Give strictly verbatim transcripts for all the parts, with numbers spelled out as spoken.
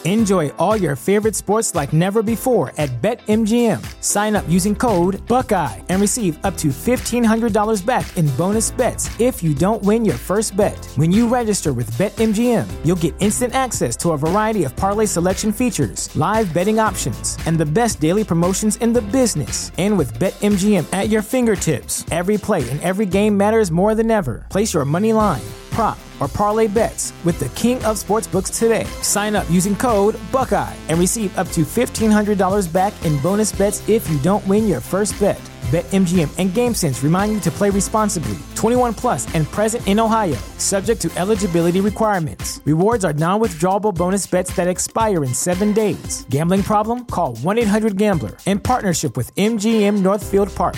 Enjoy all your favorite sports like never before at BetMGM. Sign up using code Buckeye and receive up to fifteen hundred dollars back in bonus bets if you don't win your first bet. When you register with BetMGM, you'll get instant access to a variety of parlay selection features, live betting options, and the best daily promotions in the business. And with BetMGM at your fingertips, every play and every game matters more than ever. Place your money line, prop, or parlay bets with the king of sportsbooks today. Sign up using code Buckeye and receive up to fifteen hundred dollars back in bonus bets if you don't win your first bet. BetMGM and GameSense remind you to play responsibly. twenty-one plus and present in Ohio, subject to eligibility requirements. Rewards are non-withdrawable bonus bets that expire in seven days. Gambling problem? Call one eight hundred gambler in partnership with M G M Northfield Park.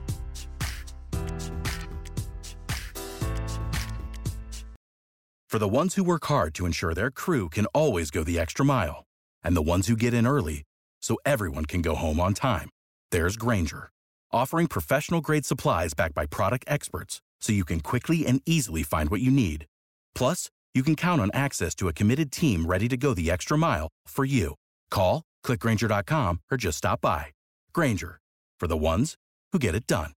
For the ones who work hard to ensure their crew can always go the extra mile, and the ones who get in early so everyone can go home on time, there's Grainger, offering professional-grade supplies backed by product experts so you can quickly and easily find what you need. Plus, you can count on access to a committed team ready to go the extra mile for you. Call, click Grainger dot com, or just stop by. Grainger, for the ones who get it done.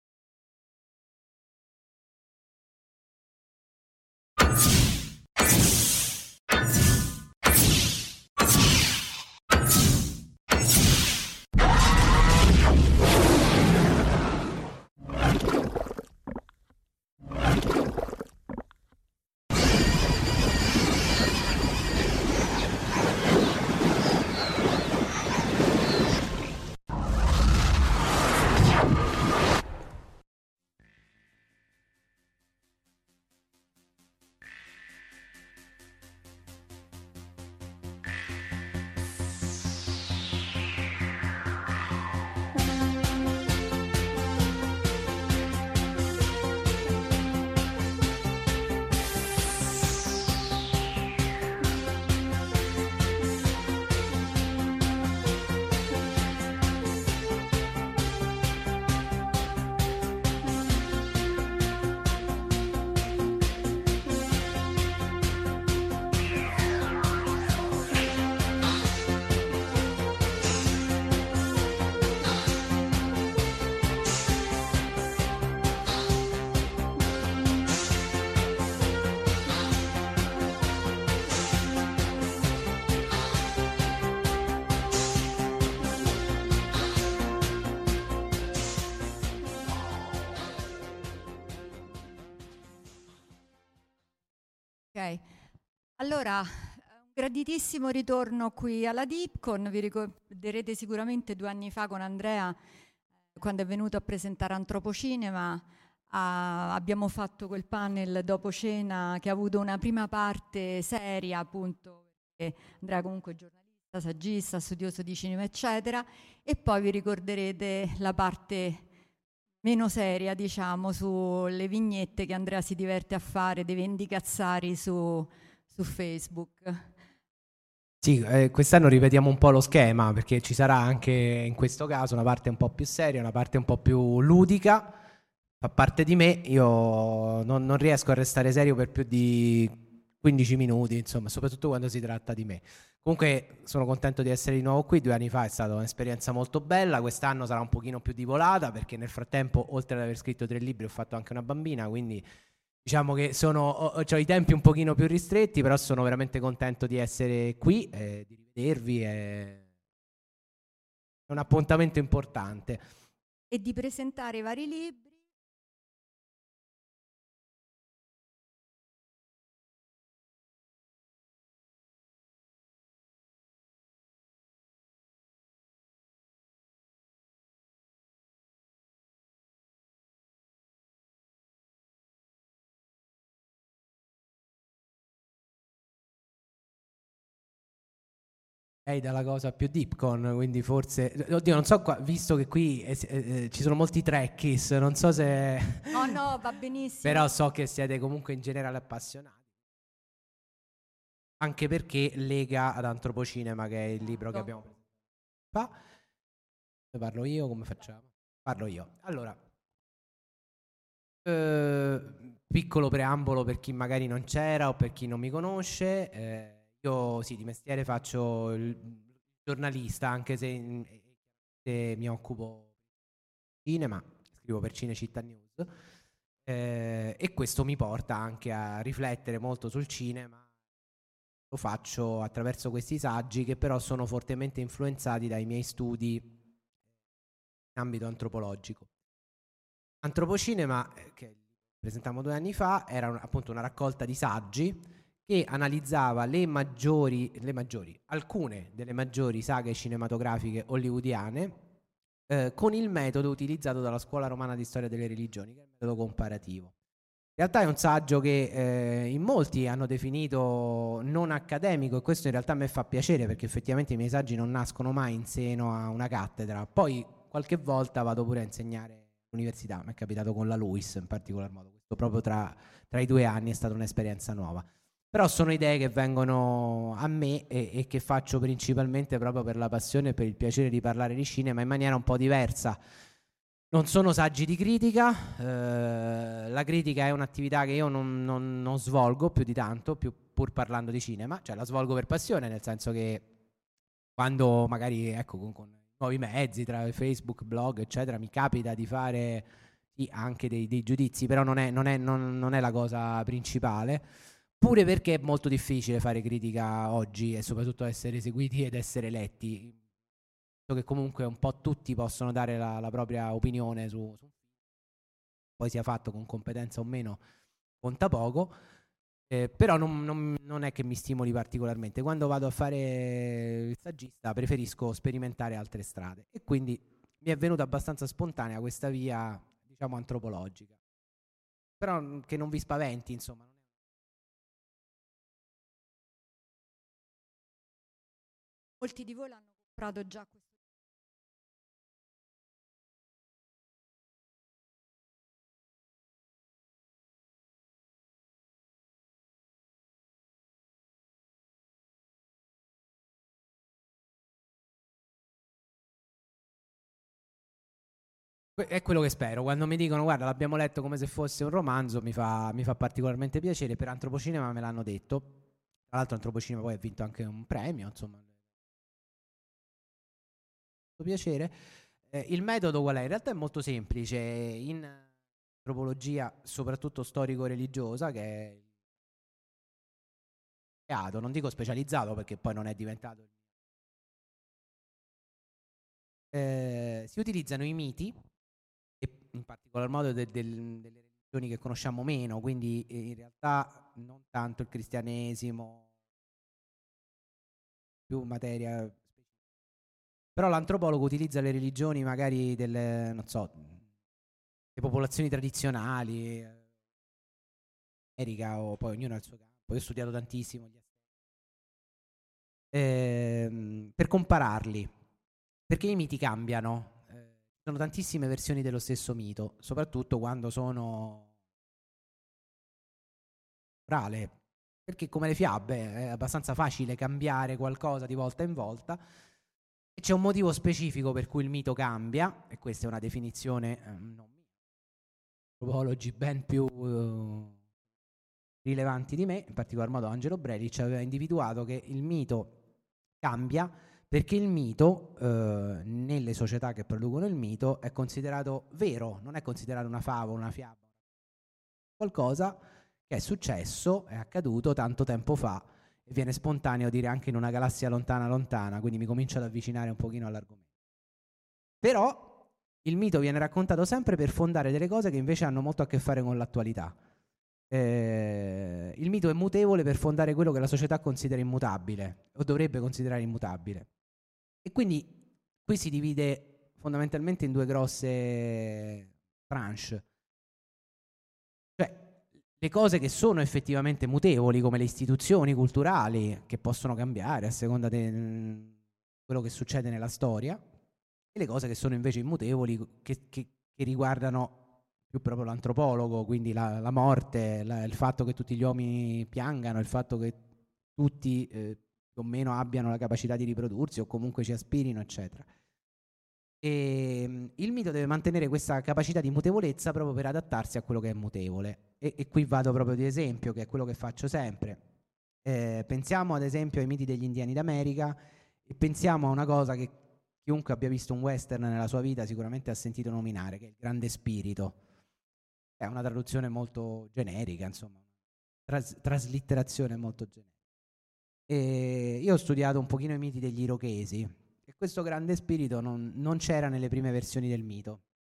Ok, allora un graditissimo ritorno qui alla Dipcon. Vi ricorderete sicuramente due anni fa con Andrea, quando è venuto a presentare Antropocinema, ah, abbiamo fatto quel panel dopo cena che ha avuto una prima parte seria, appunto, perché Andrea comunque è giornalista, saggista, studioso di cinema, eccetera, e poi vi ricorderete la parte meno seria, diciamo, sulle vignette che Andrea si diverte a fare, dei vendicazzari su, su Facebook. Sì, eh, quest'anno ripetiamo un po' lo schema, perché ci sarà anche in questo caso una parte un po' più seria, una parte un po' più ludica. Fa parte di me, io non, non riesco a restare serio per più di quindici minuti, insomma, soprattutto quando si tratta di me. Comunque sono contento di essere di nuovo qui. Due anni fa è stata un'esperienza molto bella, quest'anno sarà un pochino più di volata, perché nel frattempo, oltre ad aver scritto tre libri, ho fatto anche una bambina, quindi diciamo che sono, ho, ho i tempi un pochino più ristretti, però sono veramente contento di essere qui, eh, di rivedervi, è un appuntamento importante. E di presentare i vari libri. Dalla cosa più Dipcon, quindi forse, oddio, non so qua, visto che qui eh, eh, ci sono molti trekkies, non so se no no va benissimo, però so che siete comunque in generale appassionati, anche perché lega ad Antropocinema, che è il libro che abbiamo fa. Parlo io, come facciamo? Parlo io. Allora, eh, piccolo preambolo per chi magari non c'era o per chi non mi conosce. eh, io sì, di mestiere faccio il giornalista, anche se, se mi occupo di cinema, scrivo per Cinecittà News, eh, e questo mi porta anche a riflettere molto sul cinema. Lo faccio attraverso questi saggi che però sono fortemente influenzati dai miei studi in ambito antropologico. Antropocinema, eh, che presentammo due anni fa, era un, appunto una raccolta di saggi che analizzava le maggiori, le maggiori, alcune delle maggiori saghe cinematografiche hollywoodiane eh, con il metodo utilizzato dalla Scuola Romana di Storia delle Religioni, che è il metodo comparativo. In realtà è un saggio che eh, in molti hanno definito non accademico, e questo in realtà a me fa piacere, perché effettivamente i miei saggi non nascono mai in seno a una cattedra. Poi qualche volta vado pure a insegnare all'università, mi è capitato con la LUISS in particolar modo, questo proprio tra, tra i due anni è stata un'esperienza nuova. Però sono idee che vengono a me e, e che faccio principalmente proprio per la passione e per il piacere di parlare di cinema in maniera un po' diversa. Non sono saggi di critica, eh, la critica è un'attività che io non, non, non svolgo più di tanto, più pur parlando di cinema, cioè la svolgo per passione, nel senso che quando magari, ecco, con, con nuovi mezzi, tra Facebook, blog, eccetera, mi capita di fare sì, anche dei, dei giudizi, però non è, non, è, non, non è la cosa principale, pure perché è molto difficile fare critica oggi e soprattutto essere seguiti ed essere letti, che comunque un po' tutti possono dare la, la propria opinione su, su poi sia fatto con competenza o meno conta poco, eh, però non, non, non è che mi stimoli particolarmente. Quando vado a fare il saggista preferisco sperimentare altre strade e quindi mi è venuta abbastanza spontanea questa via, diciamo, antropologica, però che non vi spaventi, insomma. Molti di voi l'hanno comprato già questo. È quello che spero. Quando mi dicono guarda l'abbiamo letto come se fosse un romanzo mi fa, mi fa particolarmente piacere. Per Antropocinema me l'hanno detto. Tra l'altro Antropocinema poi ha vinto anche un premio, insomma. Piacere. Eh, il metodo qual è? In realtà è molto semplice. In antropologia, soprattutto storico-religiosa, che è creato, non dico specializzato perché poi non è diventato. Eh, si utilizzano i miti, e in particolar modo de- del- delle religioni che conosciamo meno, quindi eh, in realtà non tanto il cristianesimo, più materia. Però l'antropologo utilizza le religioni magari delle, non so, le popolazioni tradizionali, America, o poi ognuno ha il suo campo. Io ho studiato tantissimo gli ehm, per compararli, perché i miti cambiano. Eh, ci sono tantissime versioni dello stesso mito, soprattutto quando sono orale, perché come le fiabe è abbastanza facile cambiare qualcosa di volta in volta. C'è un motivo specifico per cui il mito cambia, e questa è una definizione eh, non mia, antropologi ben più eh, rilevanti di me, in particolar modo Angelo Bredic aveva individuato che il mito cambia perché il mito eh, nelle società che producono il mito è considerato vero, non è considerato una favola, una fiaba, qualcosa che è successo, è accaduto tanto tempo fa. Viene spontaneo dire anche in una galassia lontana lontana, quindi mi comincio ad avvicinare un pochino all'argomento. Però il mito viene raccontato sempre per fondare delle cose che invece hanno molto a che fare con l'attualità. Eh, il mito è mutevole per fondare quello che la società considera immutabile, o dovrebbe considerare immutabile. E quindi qui si divide fondamentalmente in due grosse tranche. Cioè, le cose che sono effettivamente mutevoli, come le istituzioni culturali, che possono cambiare a seconda di quello che succede nella storia, e le cose che sono invece immutevoli, che, che, che riguardano più proprio l'antropologo, quindi la, la morte, la, il fatto che tutti gli uomini piangano, il fatto che tutti eh, più o meno abbiano la capacità di riprodursi o comunque ci aspirino, eccetera. E il mito deve mantenere questa capacità di mutevolezza proprio per adattarsi a quello che è mutevole. E, e qui vado proprio di esempio, che è quello che faccio sempre. Eh, pensiamo ad esempio ai miti degli indiani d'America e pensiamo a una cosa che chiunque abbia visto un western nella sua vita sicuramente ha sentito nominare, che è il grande spirito. È una traduzione molto generica, insomma, tras- traslitterazione molto generica. E io ho studiato un pochino i miti degli Irochesi e questo grande spirito non, non c'era nelle prime versioni del mito.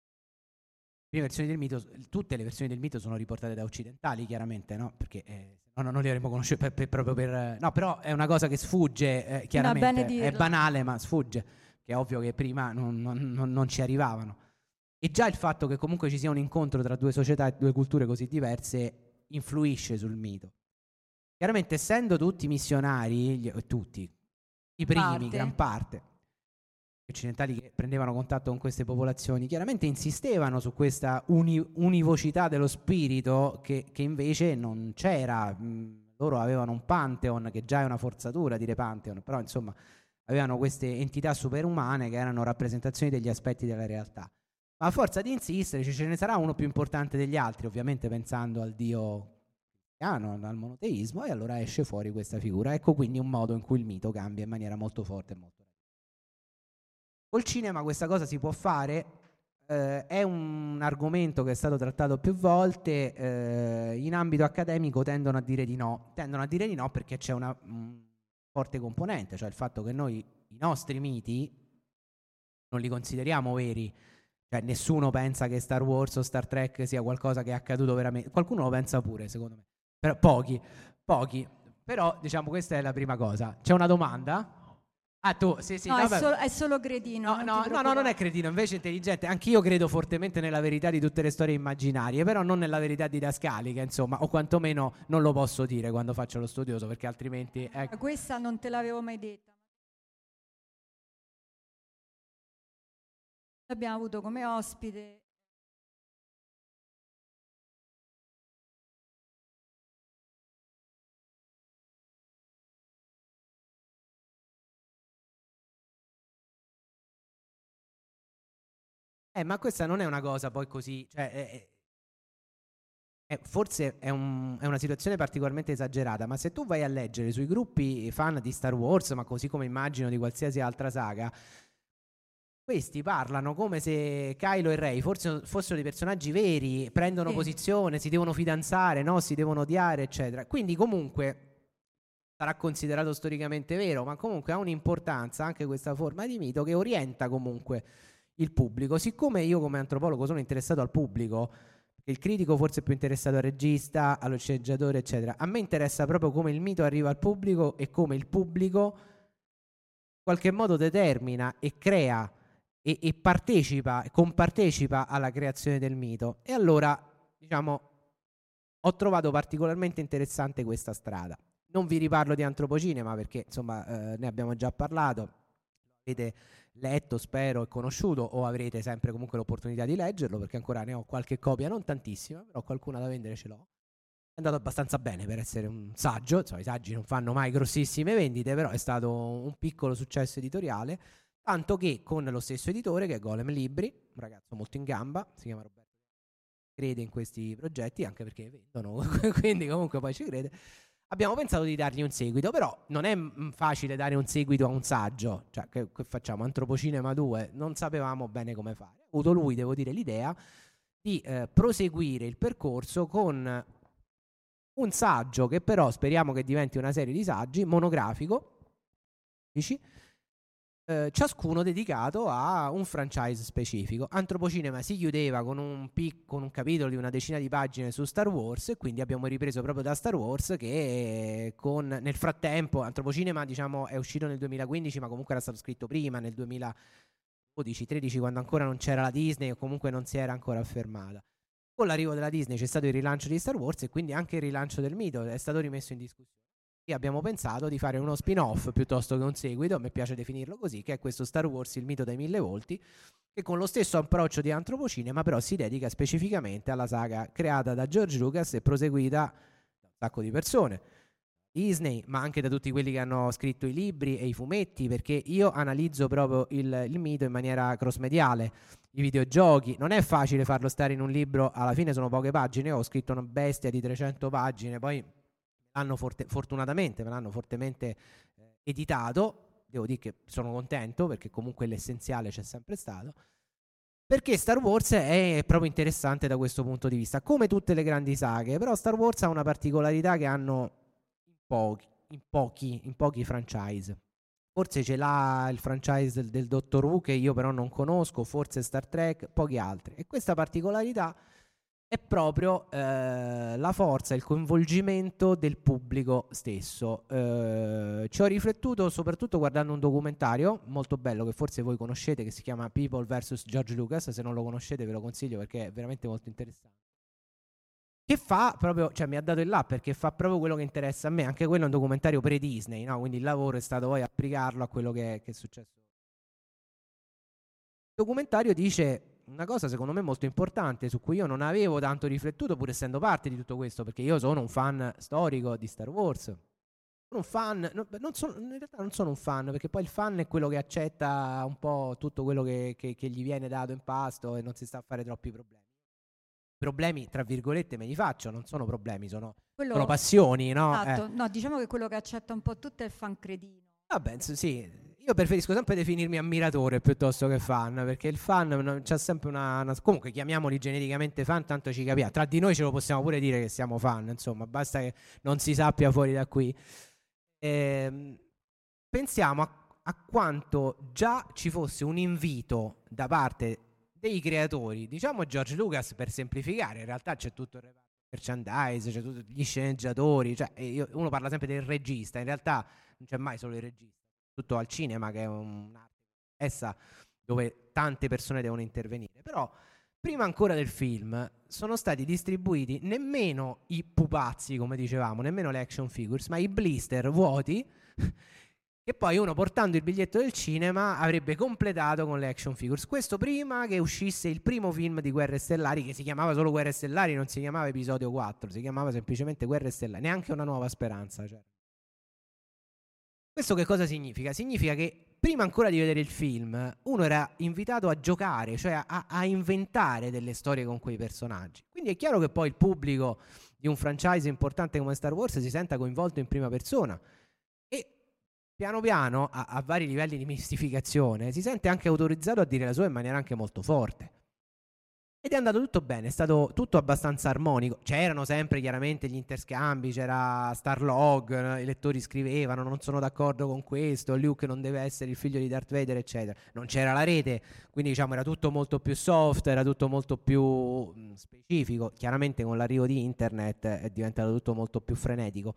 Le prime versioni del mito, tutte le versioni del mito sono riportate da occidentali, chiaramente, no? Perché eh, no, no, non li avremmo conosciuti per, per, proprio per... No, però è una cosa che sfugge, eh, chiaramente, è banale, ma sfugge, che è ovvio che prima non, non, non, non ci arrivavano. E già il fatto che comunque ci sia un incontro tra due società e due culture così diverse influisce sul mito. Chiaramente, essendo tutti missionari, gli, tutti, i primi, parte. gran parte, occidentali che prendevano contatto con queste popolazioni, chiaramente insistevano su questa uni, univocità dello spirito che, che invece non c'era. Mh, loro avevano un Pantheon, che già è una forzatura dire Pantheon, però insomma avevano queste entità superumane che erano rappresentazioni degli aspetti della realtà. Ma a forza di insistere ce ne sarà uno più importante degli altri, ovviamente pensando al dio cristiano, al monoteismo, e allora esce fuori questa figura. Ecco quindi un modo in cui il mito cambia in maniera molto forte e molto rapida. Col cinema questa cosa si può fare, eh, è un argomento che è stato trattato più volte, eh, in ambito accademico tendono a dire di no, tendono a dire di no perché c'è una mh, forte componente, cioè il fatto che noi i nostri miti non li consideriamo veri. Cioè nessuno pensa che Star Wars o Star Trek sia qualcosa che è accaduto veramente. Qualcuno lo pensa pure, secondo me. Però pochi, pochi. Però, diciamo, questa è la prima cosa. C'è una domanda? Ah, tu, sì, sì. No, no, è, solo, è solo cretino. No, no, no, no, non è cretino, invece è intelligente. Anch'io credo fortemente nella verità di tutte le storie immaginarie, però non nella verità didascalica, insomma, o quantomeno non lo posso dire quando faccio lo studioso, perché altrimenti... Ecco. Questa non te l'avevo mai detta. Abbiamo avuto come ospite Eh, ma questa non è una cosa poi così, cioè, è, è, forse è, un, è una situazione particolarmente esagerata, ma se tu vai a leggere sui gruppi fan di Star Wars, ma così come immagino di qualsiasi altra saga, questi parlano come se Kylo e Rey forse fossero dei personaggi veri, prendono sì. posizione, si devono fidanzare, no? Si devono odiare, eccetera. Quindi comunque sarà considerato storicamente vero, ma comunque ha un'importanza anche questa forma di mito che orienta comunque il pubblico. Siccome io come antropologo sono interessato al pubblico, il critico forse è più interessato al regista, allo sceneggiatore, eccetera, a me interessa proprio come il mito arriva al pubblico e come il pubblico in qualche modo determina e crea E, e partecipa, compartecipa alla creazione del mito. E allora, diciamo, ho trovato particolarmente interessante questa strada. Non vi riparlo di antropocinema perché, insomma, eh, ne abbiamo già parlato, avete letto, spero, e conosciuto, o avrete sempre comunque l'opportunità di leggerlo, perché ancora ne ho qualche copia, non tantissima, però qualcuna da vendere ce l'ho. È andato abbastanza bene per essere un saggio, insomma, i saggi non fanno mai grossissime vendite, però è stato un piccolo successo editoriale. Tanto che con lo stesso editore, che è Golem Libri, un ragazzo molto in gamba, si chiama Roberto, crede in questi progetti, anche perché vendono, quindi comunque poi ci crede, abbiamo pensato di dargli un seguito. Però non è m- facile dare un seguito a un saggio, cioè che, che facciamo, Antropocinema due, non sapevamo bene come fare. Ha avuto lui, devo dire, l'idea di eh, proseguire il percorso con un saggio che però speriamo che diventi una serie di saggi, monografico, dici? Eh, ciascuno dedicato a un franchise specifico. Antropocinema si chiudeva con un, pic- con un capitolo di una decina di pagine su Star Wars, e quindi abbiamo ripreso proprio da Star Wars, che con, nel frattempo Antropocinema, diciamo, è uscito nel duemilaquindici, ma comunque era stato scritto prima, nel duemiladodici tredici, quando ancora non c'era la Disney o comunque non si era ancora affermata. Con l'arrivo della Disney c'è stato il rilancio di Star Wars e quindi anche il rilancio del mito è stato rimesso in discussione. E abbiamo pensato di fare uno spin-off piuttosto che un seguito, a me piace definirlo così, che è questo Star Wars, il mito dai mille volti, che con lo stesso approccio di Antropocinema però si dedica specificamente alla saga creata da George Lucas e proseguita da un sacco di persone, Disney, ma anche da tutti quelli che hanno scritto i libri e i fumetti, perché io analizzo proprio il, il mito in maniera cross-mediale. I videogiochi, non è facile farlo stare in un libro, alla fine sono poche pagine, ho scritto una bestia di trecento pagine, poi l'hanno forte, fortunatamente me l'hanno fortemente eh, editato. Devo dire che sono contento, perché comunque l'essenziale c'è sempre stato, perché Star Wars è proprio interessante da questo punto di vista, come tutte le grandi saghe. Però Star Wars ha una particolarità che hanno in pochi, in pochi, in pochi franchise. Forse ce l'ha il franchise del, del Doctor Who, che io però non conosco, forse Star Trek, pochi altri. E questa particolarità è proprio eh, la forza, il coinvolgimento del pubblico stesso. Eh, ci ho riflettuto soprattutto guardando un documentario molto bello che forse voi conoscete, che si chiama People versus George Lucas. Se non lo conoscete ve lo consiglio, perché è veramente molto interessante. Che fa proprio, cioè mi ha dato il là, perché fa proprio quello che interessa a me. Anche quello è un documentario pre-Disney, no? Quindi il lavoro è stato poi applicarlo a quello che, che è successo. Il documentario dice una cosa secondo me molto importante, su cui io non avevo tanto riflettuto, pur essendo parte di tutto questo, perché io sono un fan storico di Star Wars. Sono un fan, no, non sono, in realtà non sono un fan, perché poi il fan è quello che accetta un po' tutto quello che, che, che gli viene dato in pasto e non si sta a fare troppi problemi. Problemi, tra virgolette, me li faccio, non sono problemi, sono, Quello- sono passioni, no? Esatto, Eh. no, diciamo che quello che accetta un po' tutto è il fan cretino. Vabbè, s- sì, io preferisco sempre definirmi ammiratore piuttosto che fan, perché il fan non- c'ha sempre una, una- comunque chiamiamoli genericamente fan, tanto ci capiamo. Tra di noi ce lo possiamo pure dire che siamo fan, insomma, basta che non si sappia fuori da qui. Ehm, pensiamo a, a quanto già ci fosse un invito da parte dei creatori, diciamo George Lucas per semplificare, in realtà c'è tutto il reparto merchandise, c'è tutti gli sceneggiatori, cioè eh, io- uno parla sempre del regista, in realtà non c'è mai solo il regista, tutto al cinema che è un'arte essa dove tante persone devono intervenire. Però prima ancora del film sono stati distribuiti nemmeno i pupazzi, come dicevamo, nemmeno le action figures, ma i blister vuoti che poi uno, portando il biglietto del cinema, avrebbe completato con le action figures. Questo prima che uscisse il primo film di Guerre Stellari, che si chiamava solo Guerre Stellari, non si chiamava Episodio quattro, si chiamava semplicemente Guerre Stellari, neanche Una Nuova Speranza. Cioè. Questo che cosa significa? Significa che prima ancora di vedere il film uno era invitato a giocare, cioè a, a inventare delle storie con quei personaggi. Quindi è chiaro che poi il pubblico di un franchise importante come Star Wars si senta coinvolto in prima persona e piano piano, a, a vari livelli di mistificazione, si sente anche autorizzato a dire la sua in maniera anche molto forte. Ed è andato tutto bene, è stato tutto abbastanza armonico. C'erano sempre chiaramente gli interscambi, c'era Starlog, i lettori scrivevano non sono d'accordo con questo, Luke non deve essere il figlio di Darth Vader, eccetera. Non c'era la rete, quindi diciamo era tutto molto più soft, era tutto molto più mh, specifico. Chiaramente con l'arrivo di internet è diventato tutto molto più frenetico.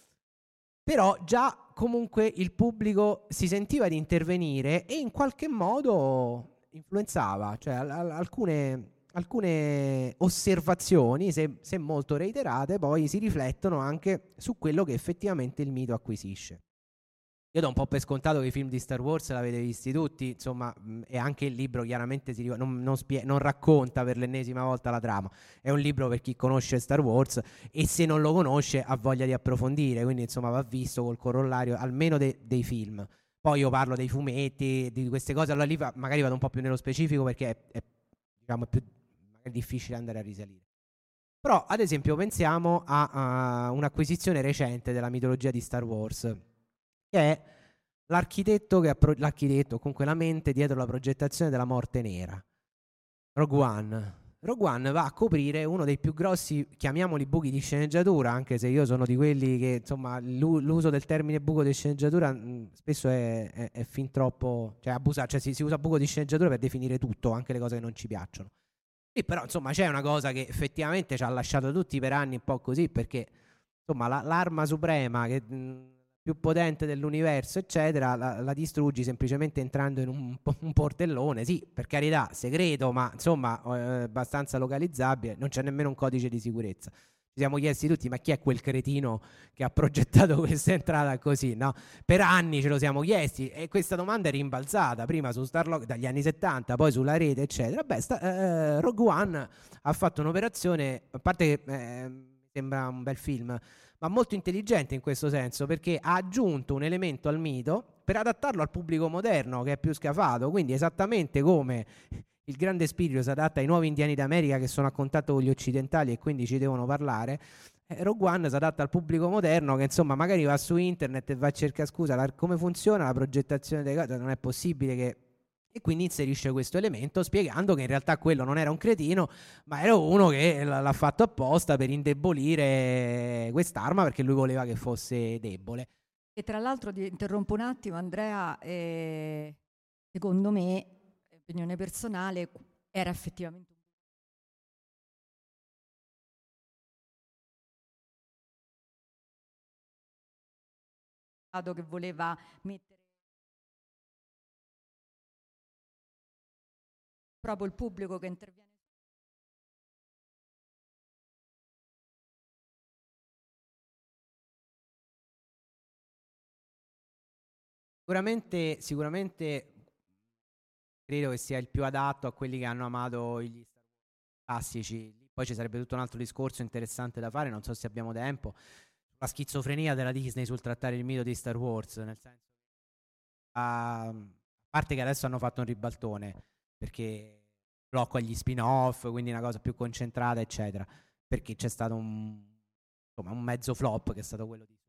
Però già comunque il pubblico si sentiva di intervenire e in qualche modo influenzava, cioè al- al- alcune, alcune osservazioni, se, se molto reiterate, poi si riflettono anche su quello che effettivamente il mito acquisisce. Io do un po' per scontato che i film di Star Wars l'avete visti tutti, insomma, mh, e anche il libro chiaramente si riv- non, non, spie- non racconta per l'ennesima volta la trama. È un libro per chi conosce Star Wars e se non lo conosce ha voglia di approfondire, quindi insomma va visto col corollario almeno de- dei film. Poi io parlo dei fumetti, di queste cose, allora lì va- magari vado un po' più nello specifico perché è, è, diciamo, è più magari difficile andare a risalire. Però ad esempio pensiamo a, a un'acquisizione recente della mitologia di Star Wars, che è l'architetto, che appro- l'architetto, comunque la mente dietro la progettazione della Morte Nera, Rogue One. Rogue One va a coprire uno dei più grossi, chiamiamoli buchi di sceneggiatura, anche se io sono di quelli che, insomma, l'u- l'uso del termine buco di sceneggiatura mh, spesso è, è, è fin troppo, cioè abusato, cioè si, si usa buco di sceneggiatura per definire tutto, anche le cose che non ci piacciono. E però, insomma, c'è una cosa che effettivamente ci ha lasciato tutti per anni un po' così, perché, insomma, la- l'arma suprema che... mh, più potente dell'universo, eccetera, la, la distruggi semplicemente entrando in un, un portellone, sì, per carità, segreto, ma insomma eh, abbastanza localizzabile, non c'è nemmeno un codice di sicurezza. Ci siamo chiesti tutti, ma chi è quel cretino che ha progettato questa entrata così, no? Per anni ce lo siamo chiesti e questa domanda è rimbalzata, prima su Starlog dagli anni settanta, poi sulla rete, eccetera. Beh, sta, eh, Rogue One ha fatto un'operazione, a parte che eh, mi sembra un bel film, ma molto intelligente in questo senso, perché ha aggiunto un elemento al mito per adattarlo al pubblico moderno che è più scafato, quindi esattamente come il grande spirito si adatta ai nuovi indiani d'America che sono a contatto con gli occidentali e quindi ci devono parlare, Eh, Rogue One si adatta al pubblico moderno che insomma magari va su internet e va a cercare scusa la, come funziona la progettazione delle cose, non è possibile che... E quindi inserisce questo elemento spiegando che in realtà quello non era un cretino, ma era uno che l- l'ha fatto apposta per indebolire quest'arma perché lui voleva che fosse debole. E tra l'altro ti interrompo un attimo, Andrea, eh, secondo me, opinione personale, era effettivamente che voleva mettere proprio il pubblico che interviene. Sicuramente, sicuramente credo che sia il più adatto a quelli che hanno amato gli classici. Poi ci sarebbe tutto un altro discorso interessante da fare, non so se abbiamo tempo. La schizofrenia della Disney sul trattare il mito di Star Wars, nel senso a parte che adesso hanno fatto un ribaltone perché blocco agli spin-off, quindi una cosa più concentrata eccetera, perché c'è stato un, insomma, un mezzo flop che è stato quello di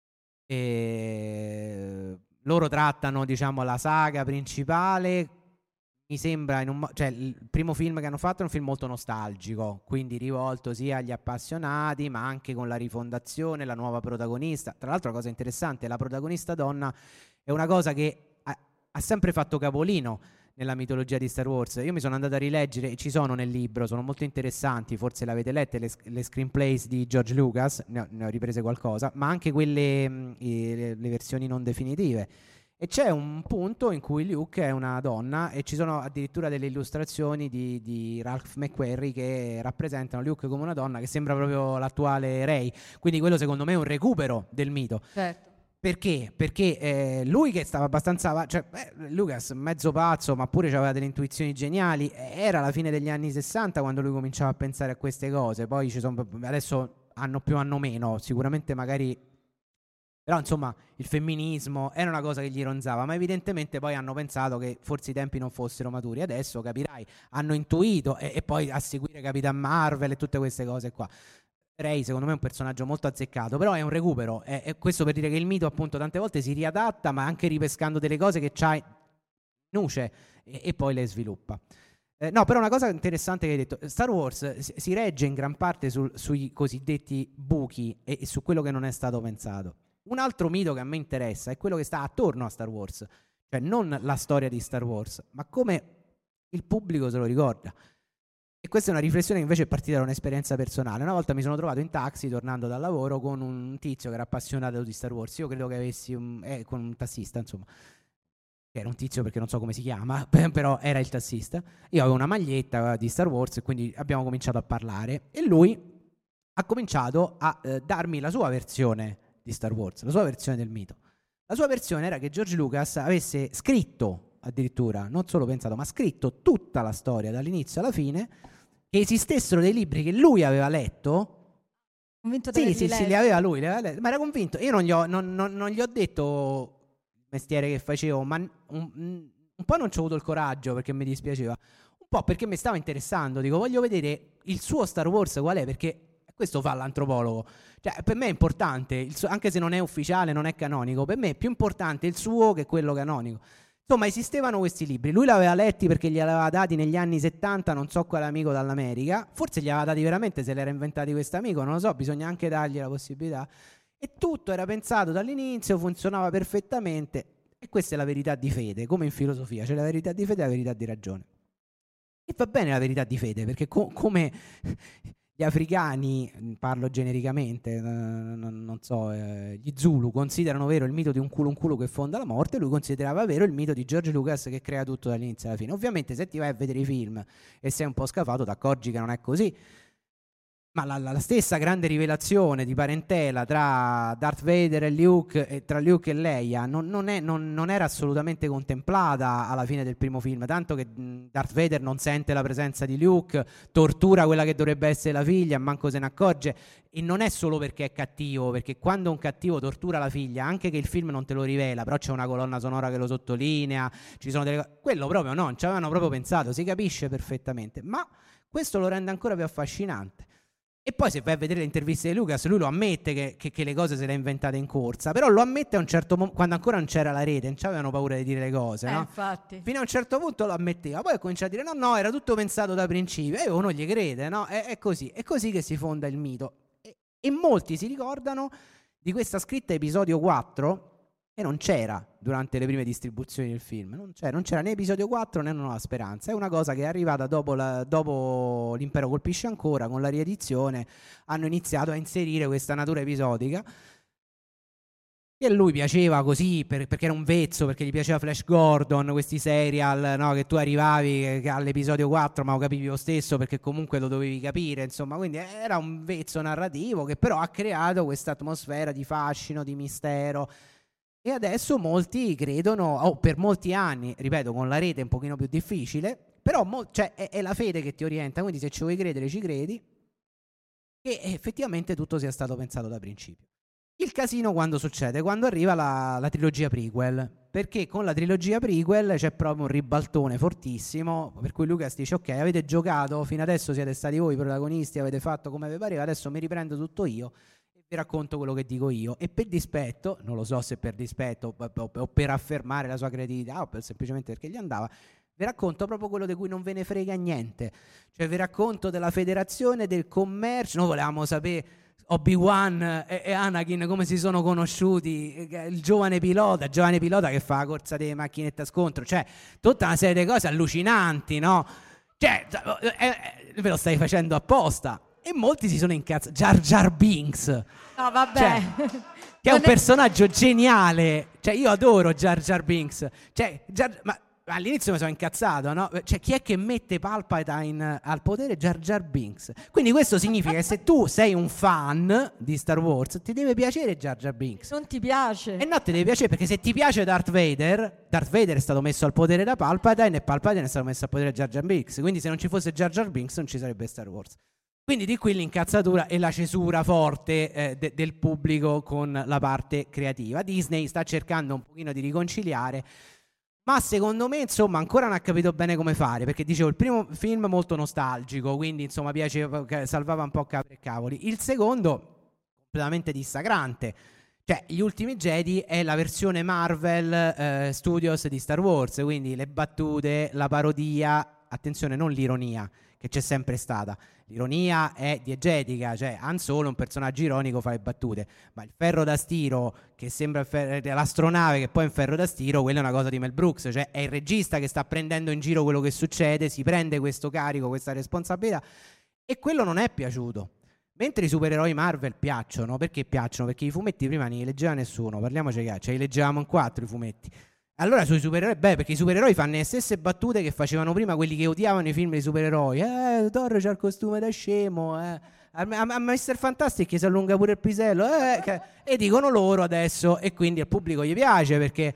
e loro trattano diciamo la saga principale, mi sembra in un mo- cioè il primo film che hanno fatto è un film molto nostalgico, quindi rivolto sia agli appassionati ma anche con la rifondazione, la nuova protagonista. Tra l'altro la cosa interessante, la protagonista donna è una cosa che ha, ha sempre fatto capolino nella mitologia di Star Wars. Io mi sono andato a rileggere, ci sono nel libro, sono molto interessanti, forse l'avete lette, le, le screenplays di George Lucas, ne ho, ne ho riprese qualcosa, ma anche quelle, mh, le, le versioni non definitive. E c'è un punto in cui Luke è una donna e ci sono addirittura delle illustrazioni di, di Ralph McQuarrie che rappresentano Luke come una donna che sembra proprio l'attuale Rey. Quindi quello secondo me è un recupero del mito. Certo. Perché? Perché eh, lui che stava abbastanza... Cioè, eh, Lucas, mezzo pazzo, ma pure aveva delle intuizioni geniali. Era la fine degli anni sessanta quando lui cominciava a pensare a queste cose. Poi ci sono... Adesso hanno più, hanno meno. Sicuramente magari... Però insomma il femminismo era una cosa che gli ronzava, ma evidentemente poi hanno pensato che forse i tempi non fossero maturi. Adesso capirai, hanno intuito e, e poi a seguire Capitan Marvel e tutte queste cose qua. Rey secondo me è un personaggio molto azzeccato, però è un recupero, è, è questo per dire che il mito appunto tante volte si riadatta, ma anche ripescando delle cose che c'ha nuce e, e poi le sviluppa. Eh, no, però una cosa interessante che hai detto, Star Wars si, si regge in gran parte sul, sui cosiddetti buchi e, e su quello che non è stato pensato. Un altro mito che a me interessa è quello che sta attorno a Star Wars, cioè non la storia di Star Wars, ma come il pubblico se lo ricorda. E questa è una riflessione che invece è partita da un'esperienza personale. Una volta mi sono trovato in taxi tornando dal lavoro con un tizio che era appassionato di Star Wars. Io credo che avessi un, eh, con un tassista, insomma. Era un tizio perché non so come si chiama, però era il tassista. Io avevo una maglietta di Star Wars e quindi abbiamo cominciato a parlare e lui ha cominciato a eh, darmi la sua versione di Star Wars, la sua versione del mito. La sua versione era che George Lucas avesse scritto, addirittura, non solo pensato, ma scritto tutta la storia dall'inizio alla fine, che esistessero dei libri che lui aveva letto. Convinto sì, sì, sì, li aveva lui, li aveva letto, ma era convinto. Io non gli ho, non, non, non gli ho detto il mestiere che facevo, ma un, un po' non ci ho avuto il coraggio perché mi dispiaceva, un po' perché mi stava interessando. Dico, voglio vedere il suo Star Wars qual è, perché questo fa l'antropologo. Cioè, per me è importante, il suo, anche se non è ufficiale, non è canonico, per me è più importante il suo che quello canonico. Insomma, esistevano questi libri, lui li aveva letti perché li aveva dati negli anni settanta, non so quale amico dall'America, forse li aveva dati veramente, se li era inventati questo amico, non lo so, bisogna anche dargli la possibilità. E tutto era pensato dall'inizio, funzionava perfettamente, e questa è la verità di fede, come in filosofia, c'è la verità di fede e la verità di ragione. E va bene la verità di fede, perché co- come... gli africani, parlo genericamente, eh, non, non so, eh, gli Zulu considerano vero il mito di un culo un culo che fonda la morte, lui considerava vero il mito di George Lucas che crea tutto dall'inizio alla fine. Ovviamente se ti vai a vedere i film e sei un po' scafato ti accorgi che non è così, ma la, la, la stessa grande rivelazione di parentela tra Darth Vader e Luke e tra Luke e Leia non, non, è, non, non era assolutamente contemplata alla fine del primo film, tanto che Darth Vader non sente la presenza di Luke, tortura quella che dovrebbe essere la figlia, manco se ne accorge, e non è solo perché è cattivo, perché quando un cattivo tortura la figlia, anche che il film non te lo rivela, però c'è una colonna sonora che lo sottolinea, ci sono delle... quello proprio no, non ci avevano proprio pensato, si capisce perfettamente, ma questo lo rende ancora più affascinante. E poi se vai a vedere le interviste di Lucas, lui lo ammette che, che, che le cose se le ha inventate in corsa, però lo ammette a un certo momento, quando ancora non c'era la rete, non avevano paura di dire le cose, eh, no? Infatti. Fino a un certo punto lo ammetteva, poi comincia a dire no, no, era tutto pensato da principio, e uno gli crede, no? È, è così, è così che si fonda il mito. E, e molti si ricordano di questa scritta episodio quattro, che non c'era durante le prime distribuzioni del film, non c'era, non c'era né episodio quattro né Nuova Speranza, è una cosa che è arrivata dopo, la, dopo L'Impero colpisce ancora, con la riedizione hanno iniziato a inserire questa natura episodica, e a lui piaceva così per, perché era un vezzo, perché gli piaceva Flash Gordon, questi serial, no, che tu arrivavi che all'episodio quattro ma lo capivi lo stesso perché comunque lo dovevi capire, insomma, quindi era un vezzo narrativo che però ha creato questa atmosfera di fascino, di mistero. E adesso molti credono, o oh, per molti anni, ripeto, con la rete è un pochino più difficile, però mo, cioè, è, è la fede che ti orienta, quindi se ci vuoi credere ci credi, che effettivamente tutto sia stato pensato da principio. Il casino quando succede? Quando arriva la, la trilogia prequel, perché con la trilogia prequel c'è proprio un ribaltone fortissimo, per cui Lucas dice ok, avete giocato, fino adesso siete stati voi i protagonisti, avete fatto come vi pareva, adesso mi riprendo tutto io, vi racconto quello che dico io, e per dispetto, non lo so se per dispetto o per affermare la sua creatività o per, semplicemente perché gli andava, vi racconto proprio quello di cui non ve ne frega niente, cioè vi racconto della federazione, del commercio. Noi volevamo sapere Obi-Wan e, e Anakin come si sono conosciuti, il giovane pilota, il giovane pilota che fa la corsa delle macchinette a scontro, cioè tutta una serie di cose allucinanti, no? Cioè, eh, eh, ve lo stai facendo apposta. E molti si sono incazzati. Jar Jar Binks, no vabbè, cioè, che è un è... personaggio geniale, cioè io adoro Jar Jar Binks, cioè, Jar... ma all'inizio mi sono incazzato, no? Cioè chi è che mette Palpatine al potere? Jar Jar Binks. Quindi questo significa che se tu sei un fan di Star Wars ti deve piacere Jar Jar Binks. Non ti piace? E no, ti deve piacere, perché se ti piace Darth Vader, Darth Vader è stato messo al potere da Palpatine e Palpatine è stato messo al potere da Jar Jar Binks, quindi se non ci fosse Jar Jar Binks non ci sarebbe Star Wars. Quindi di qui l'incazzatura e la cesura forte eh, de- del pubblico con la parte creativa. Disney sta cercando un pochino di riconciliare, ma secondo me insomma ancora non ha capito bene come fare, perché dicevo il primo film molto nostalgico, quindi insomma piaceva, salvava un po' capri e cavoli. Il secondo completamente dissacrante, cioè Gli Ultimi Jedi è la versione Marvel eh, Studios di Star Wars, quindi le battute, la parodia, attenzione, non l'ironia che c'è sempre stata. L'ironia è diegetica, cioè Han Solo è un personaggio ironico, fa le battute, ma il ferro da stiro che sembra fer- l'astronave che poi è un ferro da stiro, quella è una cosa di Mel Brooks, cioè è il regista che sta prendendo in giro quello che succede, si prende questo carico, questa responsabilità, e quello non è piaciuto. Mentre i supereroi Marvel piacciono, perché piacciono? Perché i fumetti prima non li leggeva nessuno, parliamoci chiaro, cioè li leggevamo in quattro i fumetti. Allora sui supereroi, beh, perché i supereroi fanno le stesse battute che facevano prima quelli che odiavano i film dei supereroi. Eh, Thor c'ha il costume da scemo, eh. A, a, a mister Fantastic che si allunga pure il pisello, eh, che, e dicono loro adesso, e quindi al pubblico gli piace perché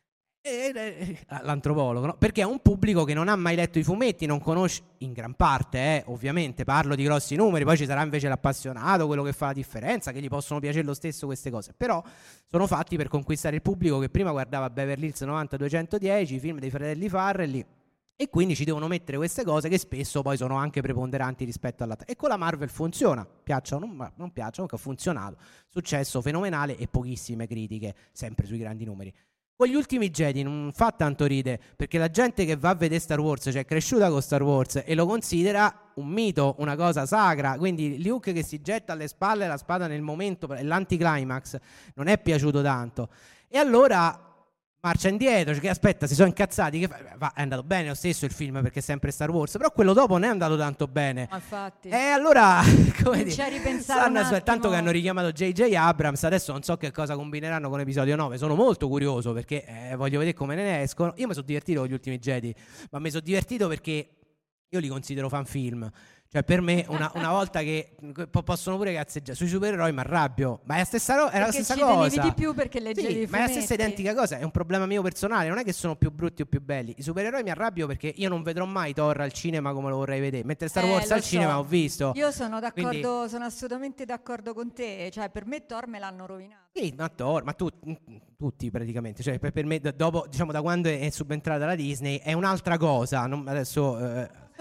eh, eh, l'antropologo, no? Perché è un pubblico che non ha mai letto i fumetti, non conosce in gran parte, eh, ovviamente parlo di grossi numeri, poi ci sarà invece l'appassionato, quello che fa la differenza, che gli possono piacere lo stesso queste cose, però sono fatti per conquistare il pubblico che prima guardava Beverly Hills novanta duecentodieci, i film dei fratelli Farrelly, e quindi ci devono mettere queste cose che spesso poi sono anche preponderanti rispetto all'altra. E con la Marvel funziona, piacciono o non, non piacciono, che ha funzionato, successo fenomenale e pochissime critiche, sempre sui grandi numeri. Con Gli Ultimi Jedi non fa tanto ride, perché la gente che va a vedere Star Wars, cioè è cresciuta con Star Wars e lo considera un mito, una cosa sacra, quindi Luke che si getta alle spalle la spada nel momento, l'anticlimax, non è piaciuto tanto. E allora marcia indietro, cioè che aspetta, si sono incazzati, che fa, va, è andato bene lo stesso il film perché è sempre Star Wars, però quello dopo non è andato tanto bene. Infatti. E allora come dire, tanto che hanno richiamato J J Abrams, adesso non so che cosa combineranno con episodio nove, sono molto curioso perché eh, voglio vedere come ne escono. Io mi sono divertito con Gli Ultimi Jedi, ma mi sono divertito perché io li considero fan film. Cioè per me una, una volta che possono pure cazzeggiare sui supereroi mi arrabbio, ma è la stessa, ro- è la stessa cosa. Perché ci tenevi di più perché leggevi sì, i fumetti. Ma è la stessa identica cosa, è un problema mio personale, non è che sono più brutti o più belli. I supereroi mi arrabbio perché io non vedrò mai Thor al cinema come lo vorrei vedere, mentre Star eh, Wars al so. cinema ho visto. Io sono d'accordo, Quindi, sono assolutamente d'accordo con te, cioè per me Thor me l'hanno rovinato. Sì, ma Thor, ma tu, tutti praticamente, cioè per, per me dopo, diciamo da quando è subentrata la Disney è un'altra cosa, non, adesso... Eh,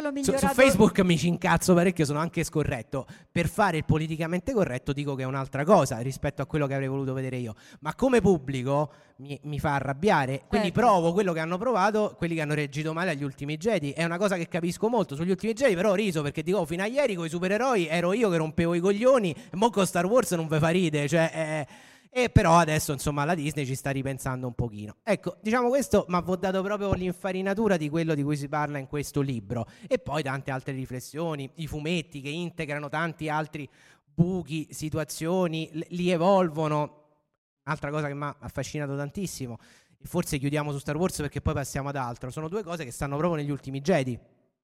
secolo Su, migliorato... su Facebook mi ci incazzo parecchio, sono anche scorretto. Per fare il politicamente corretto dico che è un'altra cosa rispetto a quello che avrei voluto vedere io. Ma come pubblico mi, mi fa arrabbiare. Quindi Certo. provo quello che hanno provato quelli che hanno reagito male agli Ultimi Jedi. È una cosa che capisco molto. Sugli Ultimi Jedi però ho riso, perché dico, fino a ieri con i supereroi ero io che rompevo i coglioni, e mo con Star Wars non ve fa ride. Cioè... Eh, E però adesso insomma la Disney ci sta ripensando un pochino. Ecco, diciamo questo, ma vi ho dato proprio l'infarinatura di quello di cui si parla in questo libro. E poi tante altre riflessioni, i fumetti che integrano tanti altri buchi, situazioni, li evolvono. Altra cosa che mi ha affascinato tantissimo, e forse chiudiamo su Star Wars perché poi passiamo ad altro, sono due cose che stanno proprio negli Ultimi Jedi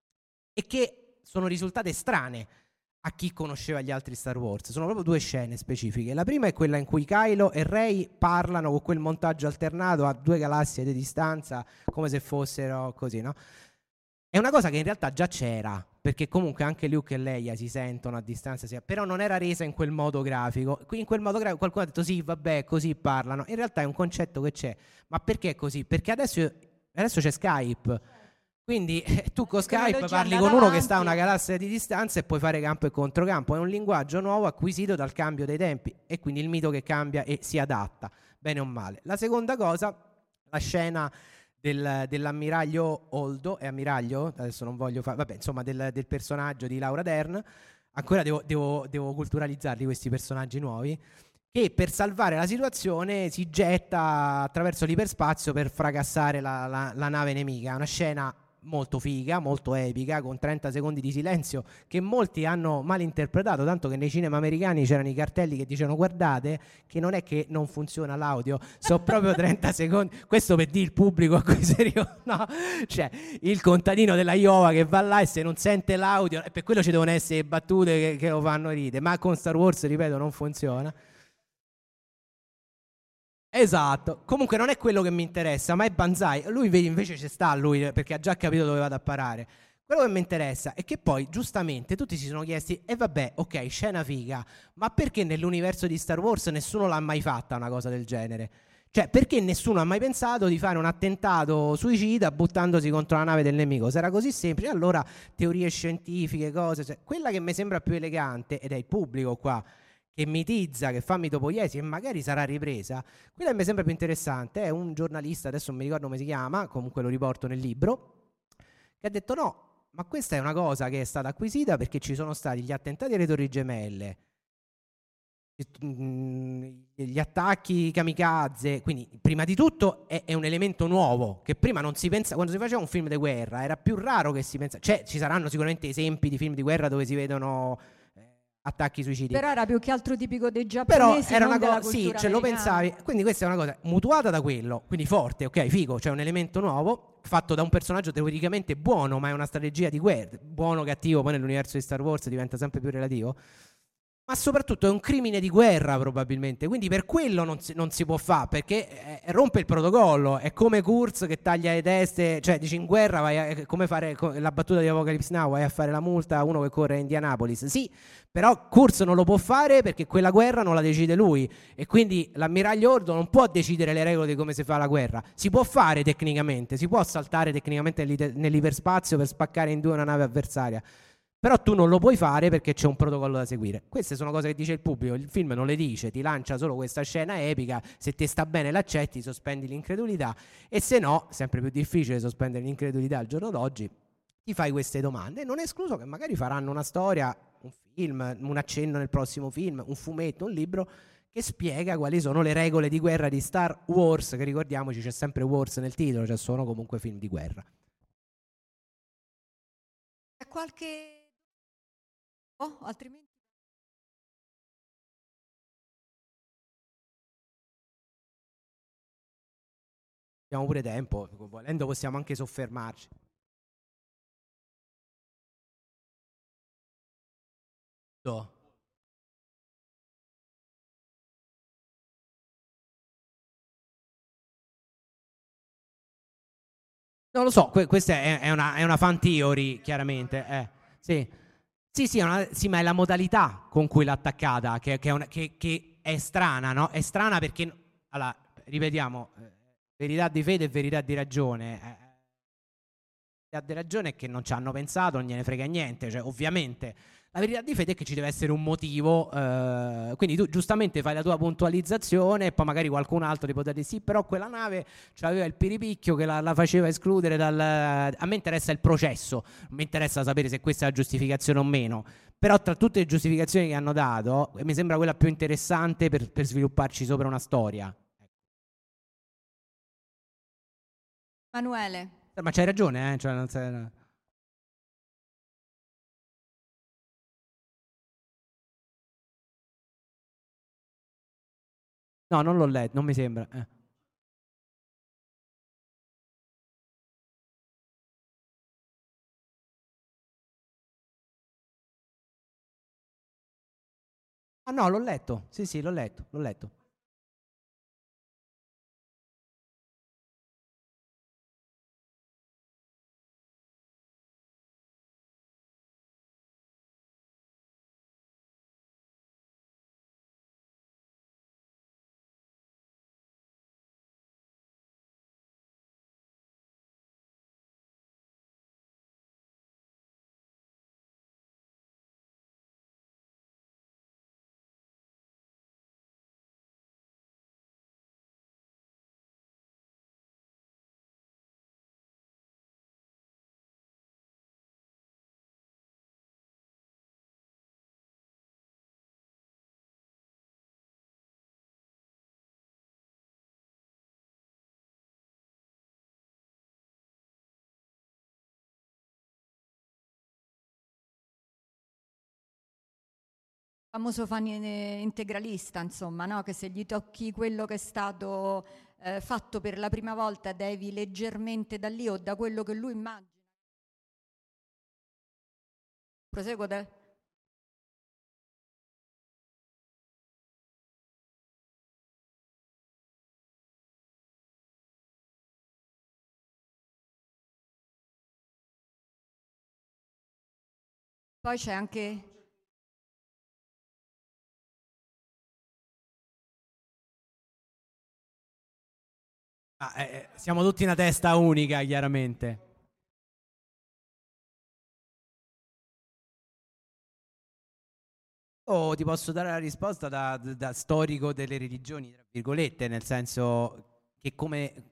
e che sono risultate strane a chi conosceva gli altri Star Wars. Sono proprio due scene specifiche. La prima è quella in cui Kylo e Rey parlano con quel montaggio alternato a due galassie di distanza, come se fossero così, no? È una cosa che in realtà già c'era, perché comunque anche Luke e Leia si sentono a distanza, però non era resa in quel modo grafico. Qui in quel modo grafico qualcuno ha detto sì, vabbè, così parlano. In realtà è un concetto che c'è. Ma perché è così? Perché adesso, adesso c'è Skype. Quindi eh, tu con Skype parli con uno che sta a una galassia di distanza e puoi fare campo e controcampo. È un linguaggio nuovo acquisito dal cambio dei tempi, e quindi il mito che cambia e si adatta, bene o male. La seconda cosa, la scena del, dell'ammiraglio Holdo, è ammiraglio? Adesso non voglio fare, vabbè, insomma, del, del personaggio di Laura Dern. Ancora devo, devo, devo culturalizzarli questi personaggi nuovi, che per salvare la situazione si getta attraverso l'iperspazio per fracassare la, la, la nave nemica. È una scena molto figa, molto epica, con trenta secondi di silenzio che molti hanno malinterpretato, tanto che nei cinema americani c'erano i cartelli che dicevano guardate che non è che non funziona l'audio, sono proprio trenta secondi. Questo per dire il pubblico a cui serio, no, cioè il contadino della Iowa che va là e se non sente l'audio, e per quello ci devono essere battute che, che lo fanno ridere, ma con Star Wars, ripeto, non funziona. Esatto, comunque non è quello che mi interessa, ma è Banzai. Lui invece ci sta, lui, perché ha già capito dove vado a parare. Quello che mi interessa è che poi giustamente tutti si sono chiesti e eh vabbè, ok, scena figa, ma perché nell'universo di Star Wars nessuno l'ha mai fatta una cosa del genere? Cioè, perché nessuno ha mai pensato di fare un attentato suicida buttandosi contro la nave del nemico? Se era così semplice, allora teorie scientifiche, cose, cioè, quella che mi sembra più elegante, ed è il pubblico qua che mitizza, che fa mitopoiesi e magari sarà ripresa, quella che mi sembra più interessante è un giornalista, adesso non mi ricordo come si chiama, comunque lo riporto nel libro, che ha detto no, ma questa è una cosa che è stata acquisita perché ci sono stati gli attentati alle Torri Gemelle, gli attacchi kamikaze, quindi prima di tutto è, è un elemento nuovo che prima non si pensa, quando si faceva un film di guerra era più raro che si pensa, cioè ci saranno sicuramente esempi di film di guerra dove si vedono attacchi suicidi, però era più che altro tipico dei giapponesi, però era non una cosa, sì, ce lo pensavi, quindi questa è una cosa mutuata da quello, quindi forte, ok, figo, cioè un elemento nuovo fatto da un personaggio teoricamente buono, ma è una strategia di guerra, buono cattivo poi nell'universo di Star Wars diventa sempre più relativo, ma soprattutto è un crimine di guerra probabilmente, quindi per quello non si, non si può fare, perché eh, rompe il protocollo, è come Kurz che taglia le teste, cioè dici in guerra vai a, come fare la battuta di Apocalypse Now, vai a fare la multa a uno che corre a Indianapolis, sì, però Kurz non lo può fare perché quella guerra non la decide lui, e quindi l'ammiraglio Holdo non può decidere le regole di come si fa la guerra, si può fare tecnicamente, si può saltare tecnicamente nell'iperspazio per spaccare in due una nave avversaria, però tu non lo puoi fare perché c'è un protocollo da seguire. Queste sono cose che dice il pubblico, il film non le dice, ti lancia solo questa scena epica, se ti sta bene l'accetti, sospendi l'incredulità, e se no, sempre più difficile sospendere l'incredulità al giorno d'oggi, ti fai queste domande. Non è escluso che magari faranno una storia, un film, un accenno nel prossimo film, un fumetto, un libro che spiega quali sono le regole di guerra di Star Wars, che ricordiamoci c'è sempre Wars nel titolo, cioè sono comunque film di guerra. Qualche... Oh, altrimenti... Abbiamo pure tempo, volendo possiamo anche soffermarci. No. Non lo so, que- questa è, è, una, è una fan theory, chiaramente. Eh. Sì. Sì, sì, è una, sì, ma è la modalità con cui l'ha attaccata che, che, è, una, che, che è strana, no? È strana perché, allora, ripetiamo, eh, verità di fede e verità di ragione. Eh, ha ragione è che non ci hanno pensato, non gliene frega niente, cioè ovviamente la verità di fede è che ci deve essere un motivo, eh, quindi tu giustamente fai la tua puntualizzazione e poi magari qualcun altro ti può dire sì, però quella nave aveva il piripicchio che la, la faceva escludere dal... A me interessa il processo, non mi interessa sapere se questa è la giustificazione o meno, però tra tutte le giustificazioni che hanno dato mi sembra quella più interessante per, per svilupparci sopra una storia. Emanuele. Ma c'hai ragione, eh? Cioè, non sei... No, non l'ho letto, non mi sembra. Eh. Ah no, l'ho letto. Sì, sì, l'ho letto, l'ho letto. Famoso fan integralista, insomma, no? Che se gli tocchi quello che è stato eh, fatto per la prima volta devi leggermente da lì o da quello che lui immagina. Proseguo da... Poi c'è anche... Ah, eh, siamo tutti una testa unica, chiaramente. Oh, ti posso dare la risposta da, da storico delle religioni, tra virgolette, nel senso che come,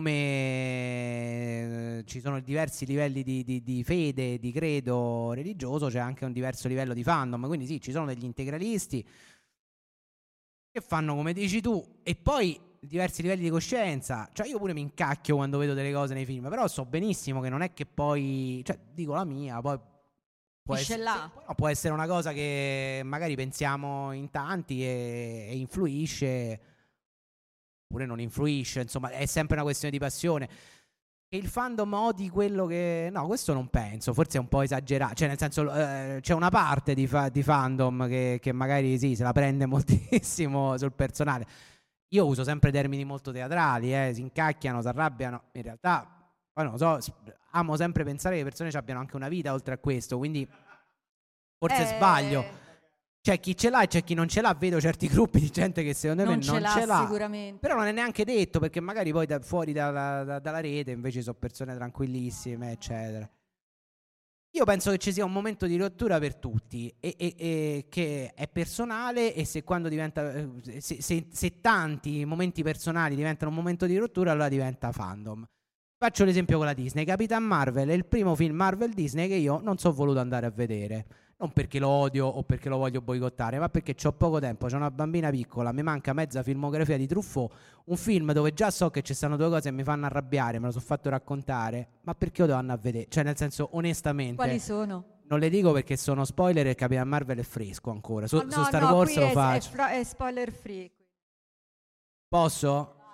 come ci sono diversi livelli di, di, di fede, di credo religioso, c'è anche un diverso livello di fandom. Quindi sì, ci sono degli integralisti che fanno come dici tu, e poi diversi livelli di coscienza. Cioè io pure mi incacchio quando vedo delle cose nei film, però so benissimo che non è che poi, cioè dico la mia, poi può essere, là. sì, può essere una cosa che magari pensiamo in tanti e, e influisce oppure non influisce, insomma è sempre una questione di passione. Che il fandom odi quello che... No, questo non penso, forse è un po' esagerato, cioè nel senso eh, c'è una parte di, fa- di fandom che, che magari sì, se la prende moltissimo sul personale. Io uso sempre termini molto teatrali, eh, si incacchiano, si arrabbiano, in realtà, poi non lo so, amo sempre pensare che le persone abbiano anche una vita oltre a questo, quindi forse Eh, sbaglio. C'è chi ce l'ha e c'è chi non ce l'ha, vedo certi gruppi di gente che secondo non me ce non l'ha, ce l'ha, sicuramente. però non è neanche detto, perché magari poi da, fuori dalla, da, dalla rete invece sono persone tranquillissime, eccetera. Io penso che ci sia un momento di rottura per tutti e, e, e che è personale, e se quando diventa se, se, se tanti momenti personali diventano un momento di rottura, allora diventa fandom. Faccio l'esempio con la Disney. Capitan Marvel è il primo film Marvel Disney che io non sono voluto andare a vedere, non perché lo odio o perché lo voglio boicottare, ma perché ho poco tempo, c'ho una bambina piccola, mi manca mezza filmografia di Truffaut, un film dove già so che ci stanno due cose che mi fanno arrabbiare, me lo sono fatto raccontare, ma perché io devo andare a vedere? Cioè nel senso, onestamente, quali sono? Non le dico perché sono spoiler e Capitan Marvel è fresco ancora. Su, oh, no, su Star no, Wars qui lo è, faccio. È, fra- è spoiler free. Posso?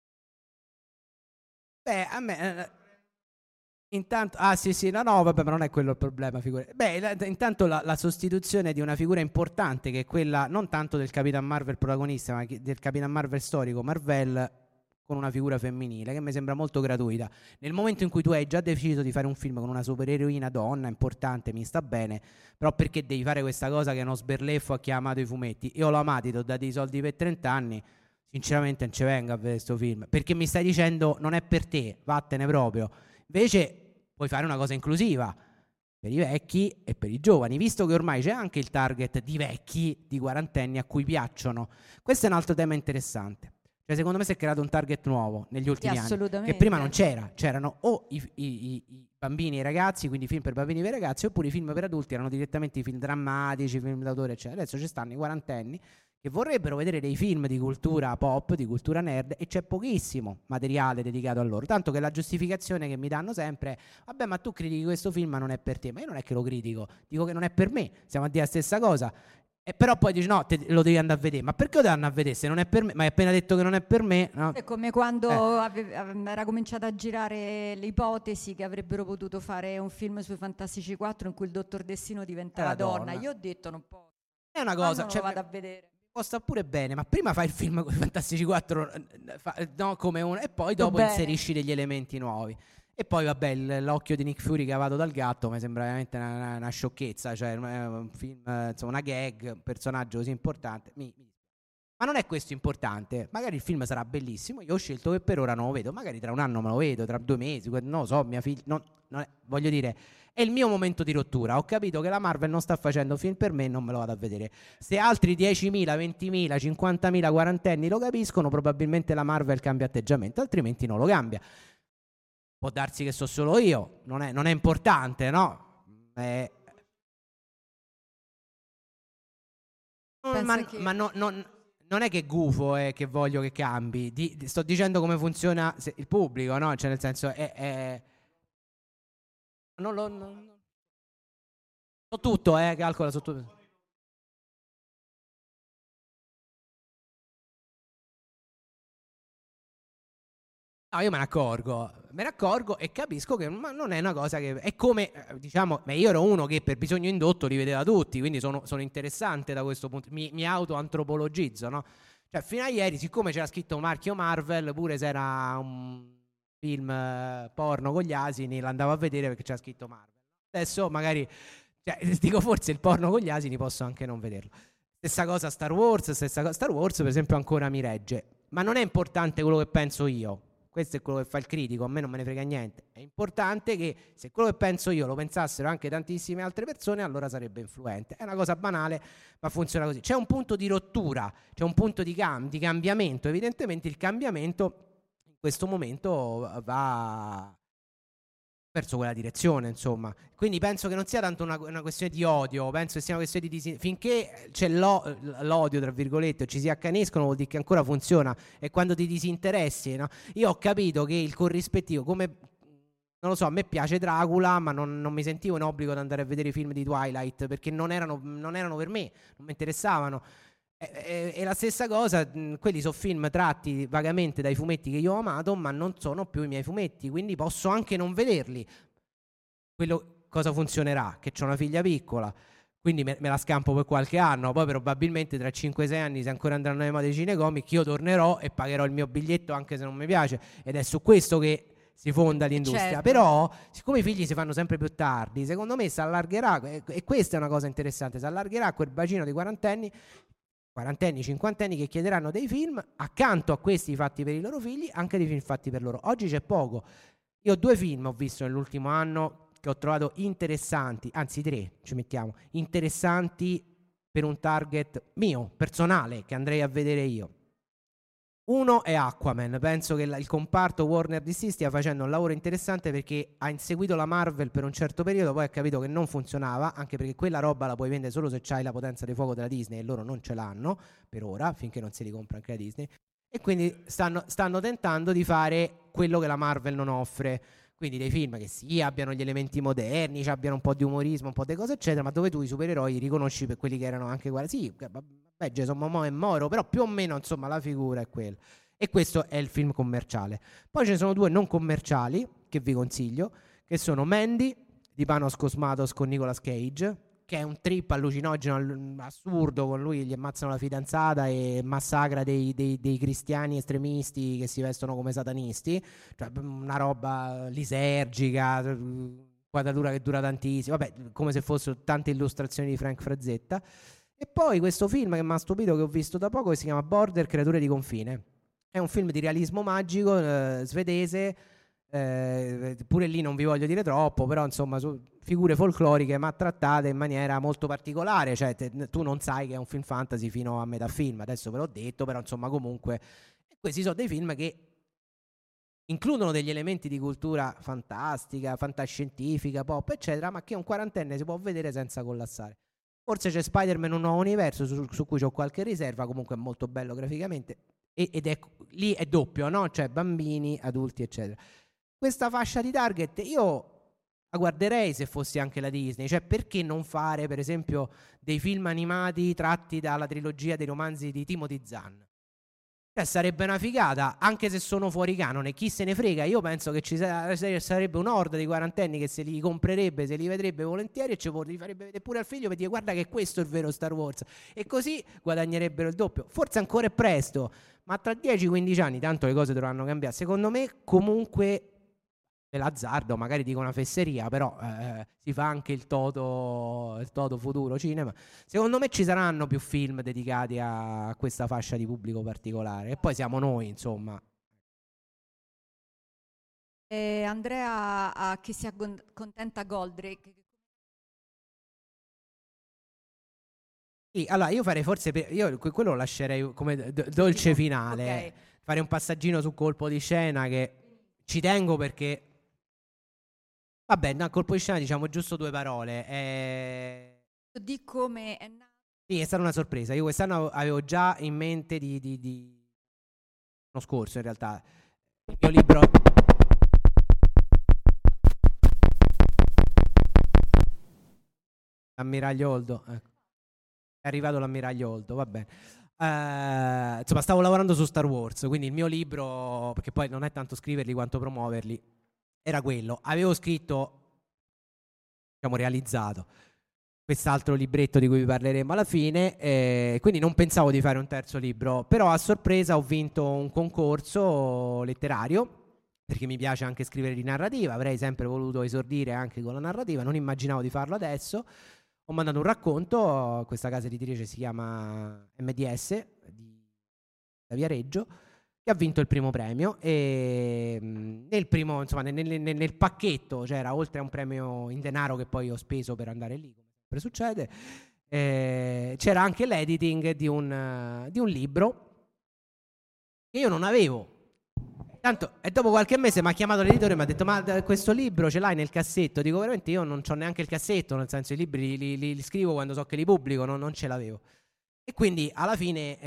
Beh, a me... Eh, intanto... Ah sì sì, no no, vabbè, ma non è quello il problema, figurati. Beh, la, intanto la, la sostituzione di una figura importante, che è quella non tanto del Capitan Marvel protagonista, ma del Capitan Marvel storico, Marvel, con una figura femminile, che mi sembra molto gratuita. Nel momento in cui tu hai già deciso di fare un film con una supereroina donna importante, mi sta bene, però perché devi fare questa cosa che è uno sberleffo a chi ha amato i fumetti? Io l'ho amati, ti ho dato i soldi per trenta anni, sinceramente non ci vengo a vedere questo film, perché mi stai dicendo non è per te, vattene proprio. Invece puoi fare una cosa inclusiva per i vecchi e per i giovani, visto che ormai c'è anche il target di vecchi, di quarantenni a cui piacciono. Questo è un altro tema interessante. Cioè, secondo me si è creato un target nuovo negli ultimi sì, anni, che prima non c'era. C'erano o i, i, i, i bambini e i ragazzi, quindi film per bambini e ragazzi, oppure i film per adulti erano direttamente i film drammatici, film d'autore, eccetera. Adesso ci stanno i quarantenni che vorrebbero vedere dei film di cultura pop, di cultura nerd, e c'è pochissimo materiale dedicato a loro. Tanto che la giustificazione che mi danno sempre è: vabbè, ma tu critichi questo film, ma non è per te. Ma io non è che lo critico, dico che non è per me, siamo a dire la stessa cosa. E però poi dici no, te, lo devi andare a vedere. Ma perché lo devi andare a vedere se non è per me? Ma hai appena detto che non è per me, no? È come quando eh. ave, era cominciata a girare l'ipotesi che avrebbero potuto fare un film sui Fantastici quattro in cui il Dottor Destino diventava donna. donna. Io ho detto non posso. È una cosa, non cioè, lo vado a vedere. Costa pure bene, ma prima fai il film con i Fantastici quattro, fa, no, come uno, e poi dopo bene. inserisci degli elementi nuovi. E poi vabbè, il, l'occhio di Nick Fury cavato dal gatto mi sembra veramente una, una, una sciocchezza, cioè un film, insomma, una gag, un personaggio così importante. Mi, mi... Ma non è questo importante, magari il film sarà bellissimo, io ho scelto che per ora non lo vedo, magari tra un anno me lo vedo, tra due mesi, non lo so, mia figlia, non, non è, voglio dire, è il mio momento di rottura, ho capito che la Marvel non sta facendo film per me e non me lo vado a vedere. Se altri diecimila, ventimila, cinquantamila quarantenni lo capiscono, probabilmente la Marvel cambia atteggiamento, altrimenti non lo cambia. Può darsi che so solo io, non è, non è importante, no? Eh, ma che... ma no, no, non è che gufo e eh, che voglio che cambi, di, di, sto dicendo come funziona se, il pubblico, no? Cioè nel senso è... è non lo... Non, so tutto, eh, calcola su tutto. No, io me ne accorgo, me ne accorgo e capisco che ma non è una cosa che è come, diciamo, ma io ero uno che per bisogno indotto li vedeva tutti, quindi sono, sono interessante da questo punto, mi, mi autoantropologizzo, no? Cioè fino a ieri, siccome c'era scritto marchio Marvel, pure se era un film eh, porno con gli asini, l'andavo a vedere perché c'era scritto Marvel. Adesso magari, cioè, dico forse il porno con gli asini posso anche non vederlo. Stessa cosa Star Wars, stessa cosa Star Wars per esempio ancora mi regge, ma non è importante quello che penso io. Questo è quello che fa il critico, a me non me ne frega niente. È importante che se quello che penso io lo pensassero anche tantissime altre persone, allora sarebbe influente. È una cosa banale, ma funziona così. C'è un punto di rottura, c'è un punto di, cam- di cambiamento. Evidentemente il cambiamento in questo momento va verso quella direzione, insomma. Quindi penso che non sia tanto una, una questione di odio, penso che sia una questione di disin- finché c'è lo, l'odio, tra virgolette, ci si accaniscono, vuol dire che ancora funziona. E quando ti disinteressi, no? Io ho capito che il corrispettivo, come non lo so, a me piace Dracula, ma non, non mi sentivo in obbligo di andare a vedere i film di Twilight perché non erano, non erano per me, non mi interessavano. E, e, e la stessa cosa, mh, quelli sono film tratti vagamente dai fumetti che io ho amato, ma non sono più i miei fumetti, quindi posso anche non vederli. Quello cosa funzionerà? Che c'ho una figlia piccola, quindi me, me la scampo per qualche anno, poi probabilmente tra cinque sei anni, se ancora andranno le mode cinecomic, io tornerò e pagherò il mio biglietto anche se non mi piace, ed è su questo che si fonda l'industria. Certo. Però siccome i figli si fanno sempre più tardi, secondo me si allargherà, e, e questa è una cosa interessante, si allargherà quel bacino di quarantenni quarantenni, cinquantenni che chiederanno dei film accanto a questi fatti per i loro figli, anche dei film fatti per loro. Oggi c'è poco. Io ho due film ho visto nell'ultimo anno che ho trovato interessanti, anzi tre ci mettiamo, interessanti per un target mio, personale, che andrei a vedere io. Uno è Aquaman, penso che il comparto Warner D C stia facendo un lavoro interessante perché ha inseguito la Marvel per un certo periodo, poi ha capito che non funzionava, anche perché quella roba la puoi vendere solo se c'hai la potenza di fuoco della Disney e loro non ce l'hanno per ora, finché non si li compra anche la Disney, e quindi stanno, stanno tentando di fare quello che la Marvel non offre, quindi dei film che sì abbiano gli elementi moderni, cioè abbiano un po' di umorismo, un po' di cose eccetera, ma dove tu i supereroi li riconosci per quelli che erano anche guarda, sì, beh, Jason Momoa e Moro, però più o meno insomma la figura è quella. E questo è il film commerciale. Poi ce ne sono due non commerciali che vi consiglio, che sono Mandy di Panos Cosmatos con Nicolas Cage, che è un trip allucinogeno assurdo, con lui gli ammazzano la fidanzata e massacra dei, dei, dei cristiani estremisti che si vestono come satanisti, cioè una roba lisergica, quadratura che dura tantissimo, vabbè, come se fossero tante illustrazioni di Frank Frazetta. E poi questo film che mi ha stupito, che ho visto da poco, che si chiama Border, creature di confine. È un film di realismo magico eh, svedese, eh, pure lì non vi voglio dire troppo, però insomma su figure folcloriche ma trattate in maniera molto particolare, cioè te, tu non sai che è un film fantasy fino a metà film, adesso ve l'ho detto, però insomma comunque questi sono dei film che includono degli elementi di cultura fantastica, fantascientifica, pop, eccetera, ma che un quarantenne si può vedere senza collassare. Forse c'è Spider-Man un nuovo universo su, su cui ho qualche riserva, comunque è molto bello graficamente, e, ed è lì è doppio, no? Cioè bambini, adulti, eccetera. Questa fascia di target io la guarderei se fossi anche la Disney, cioè perché non fare per esempio dei film animati tratti dalla trilogia dei romanzi di Timothy Zahn? Cioè sarebbe una figata, anche se sono fuori canone, chi se ne frega. Io penso che ci sarebbe un'orda di quarantenni che se li comprerebbe, se li vedrebbe volentieri e ci li farebbe vedere pure al figlio per dire guarda che questo è il vero Star Wars, e così guadagnerebbero il doppio. Forse ancora è presto, ma tra dieci quindici anni tanto le cose dovranno cambiare. Secondo me comunque è l'azzardo, magari dico una fesseria, però eh, si fa anche il toto, il toto futuro cinema. Secondo me ci saranno più film dedicati a questa fascia di pubblico particolare, e poi siamo noi, insomma. E Andrea, a chi si accontenta Goldrake? Sì, allora io farei forse per, io quello lo lascerei come d- dolce finale, okay. Fare un passaggino su colpo di scena che ci tengo perché vabbè, no, colpo di scena diciamo giusto due parole. Eh... Di come è nato. Sì, è stata una sorpresa. Io quest'anno avevo già in mente di, di, di... l'anno scorso in realtà il mio libro. Ammiraglio Oldo, ecco. È arrivato l'ammiraglio Oldo, va bene. Uh, insomma, stavo lavorando su Star Wars, quindi il mio libro, perché poi non è tanto scriverli quanto promuoverli, era quello. Avevo scritto, diciamo realizzato, quest'altro libretto di cui vi parleremo alla fine, eh, quindi non pensavo di fare un terzo libro, però a sorpresa ho vinto un concorso letterario, perché mi piace anche scrivere di narrativa, avrei sempre voluto esordire anche con la narrativa, non immaginavo di farlo adesso. Ho mandato un racconto, questa casa editrice si chiama M D S di da Viareggio, che ha vinto il primo premio, e nel primo, insomma, nel, nel, nel pacchetto c'era, oltre a un premio in denaro che poi ho speso per andare lì, come sempre succede, eh, c'era anche l'editing di un, di un libro che io non avevo. Tanto, e dopo qualche mese mi ha chiamato l'editore e mi ha detto ma questo libro ce l'hai nel cassetto? Dico veramente io non c'ho neanche il cassetto, nel senso i libri li, li, li scrivo quando so che li pubblico, no? Non ce l'avevo. E quindi alla fine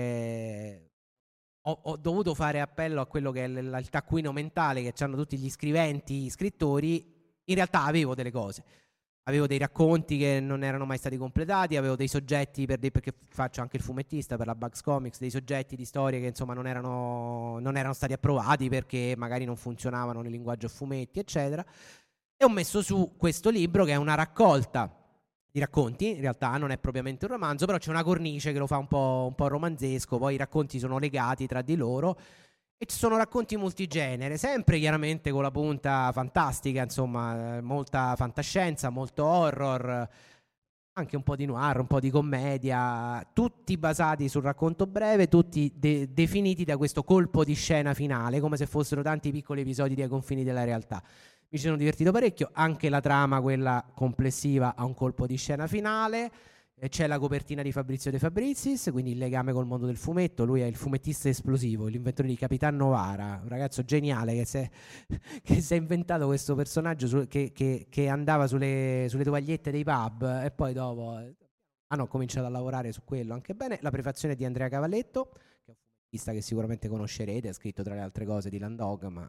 eh, ho, ho dovuto fare appello a quello che è l- il taccuino mentale che hanno tutti gli scriventi, gli scrittori. In realtà avevo delle cose. Avevo dei racconti che non erano mai stati completati, avevo dei soggetti, per dei, perché faccio anche il fumettista per la Bugs Comics, dei soggetti di storie che insomma non erano, non erano stati approvati perché magari non funzionavano nel linguaggio fumetti, eccetera. E ho messo su questo libro che è una raccolta di racconti, in realtà non è propriamente un romanzo, però c'è una cornice che lo fa un po', un po' romanzesco, poi i racconti sono legati tra di loro. E ci sono racconti multigenere, sempre chiaramente con la punta fantastica, insomma, molta fantascienza, molto horror, anche un po' di noir, un po' di commedia, tutti basati sul racconto breve, tutti de- definiti da questo colpo di scena finale, come se fossero tanti piccoli episodi dei confini della realtà. Mi sono divertito parecchio, anche la trama, quella complessiva, ha un colpo di scena finale. C'è la copertina di Fabrizio De Fabrizis, quindi il legame col mondo del fumetto. Lui è il fumettista esplosivo, l'inventore di Capitan Novara, un ragazzo geniale che si è, che si è inventato questo personaggio su, che, che, che andava sulle, sulle tovagliette dei pub, e poi dopo hanno cominciato a lavorare su quello anche bene. La prefazione è di Andrea Cavalletto, che è un fumettista che sicuramente conoscerete, ha scritto tra le altre cose di Landog, ma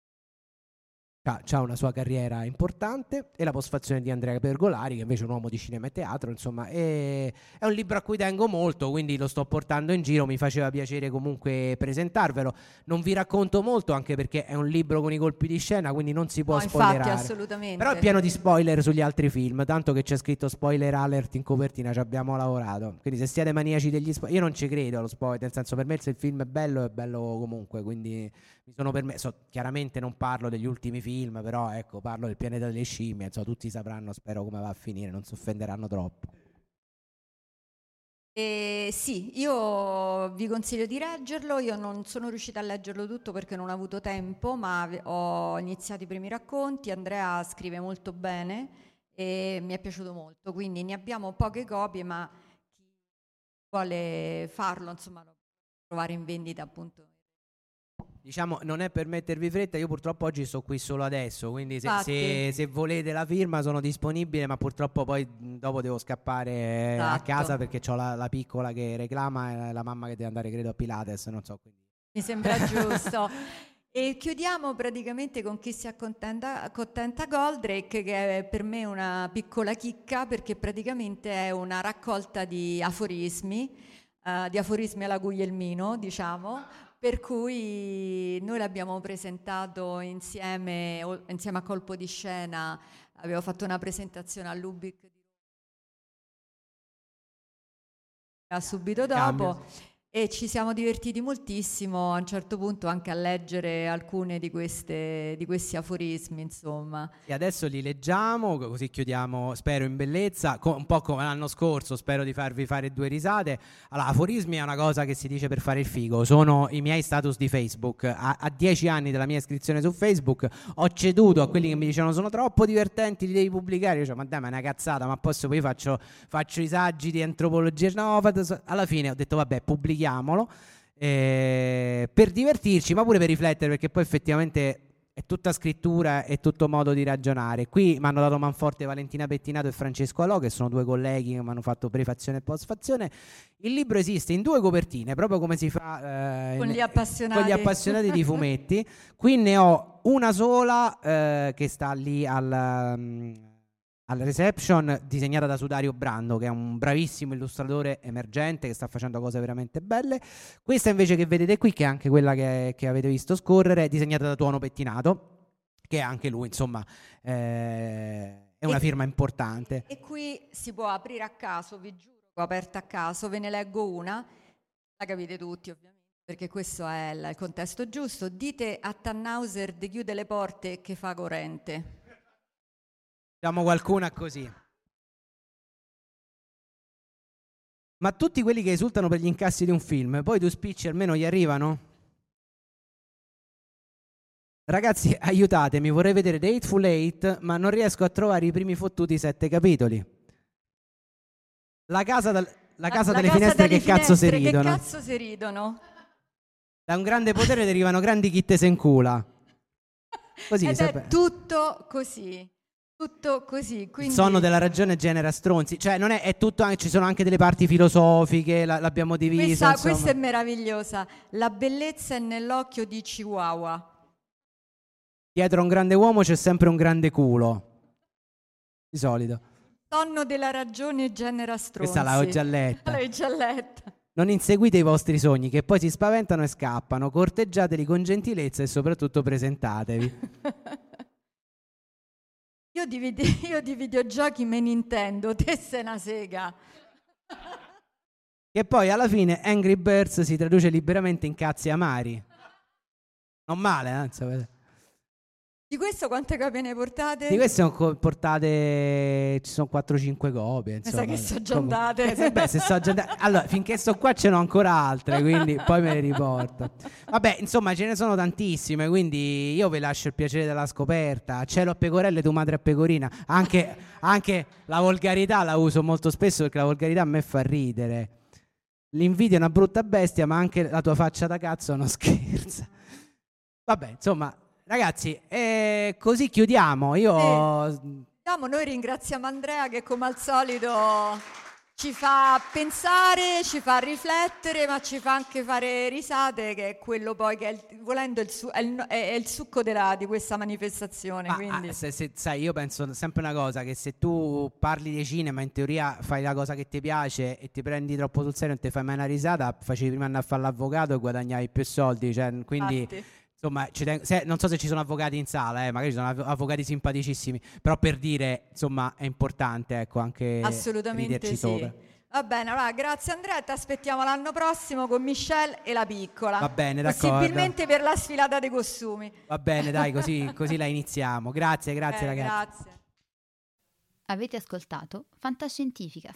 ha una sua carriera importante, e la postfazione di Andrea Pergolari, che invece è un uomo di cinema e teatro, insomma, è, è un libro a cui tengo molto, quindi lo sto portando in giro, mi faceva piacere comunque presentarvelo. Non vi racconto molto, anche perché è un libro con i colpi di scena, quindi non si può no, spoilerare. Infatti, assolutamente. Però è pieno di spoiler sugli altri film, tanto che c'è scritto spoiler alert in copertina, ci abbiamo lavorato. Quindi se siete maniaci degli spoiler, io non ci credo allo spoiler, nel senso, per me se il film è bello è bello comunque, quindi mi sono permesso, chiaramente non parlo degli ultimi film, però ecco, parlo del pianeta delle scimmie, insomma, tutti sapranno, spero, come va a finire, non si offenderanno troppo. E sì, io vi consiglio di leggerlo. Io non sono riuscita a leggerlo tutto perché non ho avuto tempo, ma ho iniziato i primi racconti. Andrea scrive molto bene e mi è piaciuto molto, quindi ne abbiamo poche copie, ma chi vuole farlo, insomma, lo può trovare in vendita, appunto. Diciamo, non è per mettervi fretta, io purtroppo oggi sto qui solo adesso, quindi se, Infatti. se, se volete la firma sono disponibile, ma purtroppo poi mh, dopo devo scappare a Esatto. casa perché ho la, la piccola che reclama e la mamma che deve andare credo a Pilates, non so. Quindi. Mi sembra giusto. E chiudiamo praticamente con Chi si accontenta, accontenta Goldrake, che è per me una piccola chicca, perché praticamente è una raccolta di aforismi, uh, di aforismi alla Guglielmino, diciamo, per cui noi l'abbiamo presentato insieme, o, insieme a Colpo di Scena. Avevo fatto una presentazione a Lubic subito dopo. Cambio. E ci siamo divertiti moltissimo a un certo punto anche a leggere alcune di, queste, di questi aforismi, insomma. E adesso li leggiamo, così chiudiamo, spero in bellezza, co- un po' come l'anno scorso, spero di farvi fare due risate. Allora, aforismi è una cosa che si dice per fare il figo, sono i miei status di Facebook. A, a dieci anni della mia iscrizione su Facebook ho ceduto a quelli che mi dicevano sono troppo divertenti, li devi pubblicare. Io dicevo, ma dai, ma è una cazzata, ma posso, poi faccio, faccio i saggi di antropologia, no, fate... alla fine ho detto vabbè, pubblichiamo. Eh, per divertirci ma pure per riflettere, perché poi effettivamente è tutta scrittura, è tutto modo di ragionare. Qui mi hanno dato manforte Valentina Pettinato e Francesco Alò, che sono due colleghi che mi hanno fatto prefazione e postfazione. Il libro esiste in due copertine, proprio come si fa eh, con, in, gli appassionati. con gli appassionati di fumetti. Qui ne ho una sola eh, che sta lì al... Um, alla reception, disegnata da Sudario Brando, che è un bravissimo illustratore emergente che sta facendo cose veramente belle. Questa invece che vedete qui, che è anche quella che, che avete visto scorrere, è disegnata da Tuono Pettinato, che è anche lui, insomma, eh, è una e, firma importante. E qui si può aprire a caso, vi giuro che ho aperto a caso, ve ne leggo una, la capite tutti ovviamente, perché questo è il, il contesto giusto. Dite a Tannhauser di chiude le porte che fa corrente. Diciamo qualcuna così. Ma tutti quelli che esultano per gli incassi di un film, poi due spicci almeno gli arrivano? Ragazzi, aiutatemi, vorrei vedere The Hateful Eight, ma non riesco a trovare i primi fottuti sette capitoli. La casa, dal, la casa la, delle la finestre, casa che finestre, cazzo si ridono. Che cazzo si ridono? Da un grande potere derivano grandi chittese in cula. Così, ed sapete. È tutto così. Tutto così, quindi... Il sonno della ragione genera stronzi, cioè non è, è tutto, ci sono anche delle parti filosofiche, la, l'abbiamo divisa. Questa, questa è meravigliosa. La bellezza è nell'occhio di Chihuahua. Dietro a un grande uomo c'è sempre un grande culo, di solito. Sonno della ragione genera stronzi. Questa l'avevo già letta. L'avevo già letta. Non inseguite i vostri sogni che poi si spaventano e scappano, corteggiateli con gentilezza e soprattutto presentatevi. Io di, vide- io di videogiochi me ne intendo, te sei una sega. Che poi alla fine Angry Birds si traduce liberamente in cazzi amari. Non male, anzi. Di questo quante copie ne portate? Di queste sono portate, ci sono quattro cinque copie. Mi sa che sono già andate. Eh, beh, se so già andate. Allora, finché sto qua ce n'ho ancora altre, quindi poi me le riporto. Vabbè, insomma, ce ne sono tantissime, quindi io vi lascio il piacere della scoperta. Cielo a pecorelle, tu madre a pecorina. Anche, anche la volgarità la uso molto spesso perché la volgarità a me fa ridere. L'invidia è una brutta bestia, ma anche la tua faccia da cazzo non scherza. Vabbè, insomma... Ragazzi, eh, così chiudiamo. Io sì. Noi ringraziamo Andrea che come al solito ci fa pensare, ci fa riflettere, ma ci fa anche fare risate, che è quello poi che è il, volendo il su, è, il, è il succo della, di questa manifestazione. Ma, quindi. Ah, se, se, sai, io penso sempre una cosa, che se tu parli di cinema in teoria fai la cosa che ti piace e ti prendi troppo sul serio e non ti fai mai una risata, facevi prima andare a fare l'avvocato e guadagnavi più soldi, cioè, quindi... Infatti. Insomma, ci tengo, se, non so se ci sono avvocati in sala, eh, magari ci sono av- avvocati simpaticissimi, però per dire, insomma, è importante, ecco, anche assolutamente sì. Sopra. Va bene, allora grazie Andrea, ti aspettiamo l'anno prossimo con Michelle e la piccola. Va bene, d'accordo. Possibilmente per la sfilata dei costumi. Va bene, dai, così, così la iniziamo. Grazie, grazie eh, ragazzi. Grazie. Avete ascoltato Fantascientificast,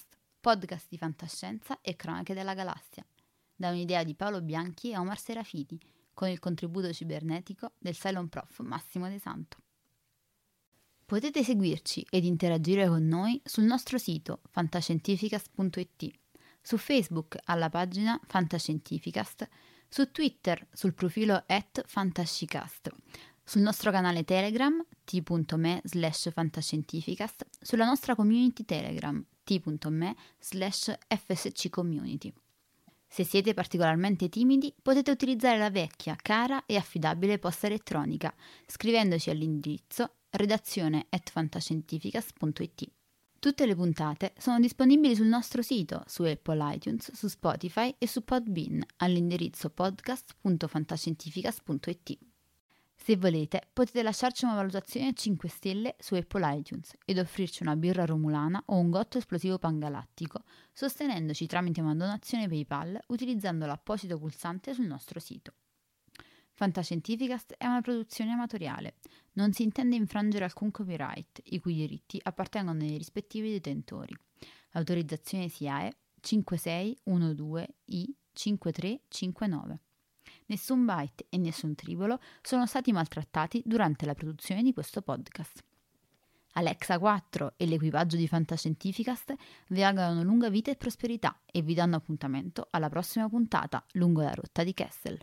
podcast di fantascienza e cronache della galassia, da un'idea di Paolo Bianchi e Omar Serafiti, con il contributo cibernetico del Cylon Prof Massimo De Santo. Potete seguirci ed interagire con noi sul nostro sito fantascientificast punto it, su Facebook alla pagina Fantascientificast, su Twitter sul profilo at fantascicast, sul nostro canale Telegram t.me slash fantascientificast, sulla nostra community Telegram t.me slash fsccommunity. Se siete particolarmente timidi, potete utilizzare la vecchia, cara e affidabile posta elettronica, scrivendoci all'indirizzo redazione at fantascientificast punto it. Tutte le puntate sono disponibili sul nostro sito, su Apple iTunes, su Spotify e su Podbean, all'indirizzo podcast punto fantascientificast punto it. Se volete, potete lasciarci una valutazione a cinque stelle su Apple iTunes ed offrirci una birra romulana o un gotto esplosivo pangalattico, sostenendoci tramite una donazione PayPal utilizzando l'apposito pulsante sul nostro sito. Fantascientificast è una produzione amatoriale. Non si intende infrangere alcun copyright, i cui diritti appartengono ai rispettivi detentori. L'autorizzazione S I A E cinque sei uno due I cinque tre cinque nove. Nessun byte e nessun tribolo sono stati maltrattati durante la produzione di questo podcast. Alexa quattro e l'equipaggio di Fantascientificast vi augurano lunga vita e prosperità e vi danno appuntamento alla prossima puntata lungo la rotta di Kessel.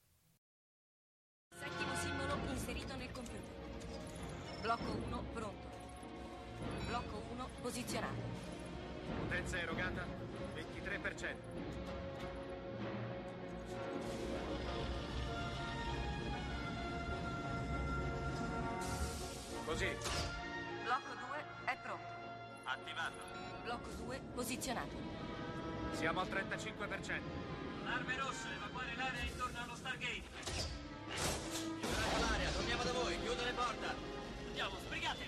Settimo simbolo inserito nel computer. Blocco uno pronto. Blocco uno posizionato. Potenza erogata ventitré per cento. Così. Blocco due è pronto. Attivato. Blocco due posizionato. Siamo al trentacinque per cento. Arme rosse, evacuare l'area intorno allo Stargate. Liberate l'area, torniamo da voi, chiudo le porte. Andiamo, sbrigate.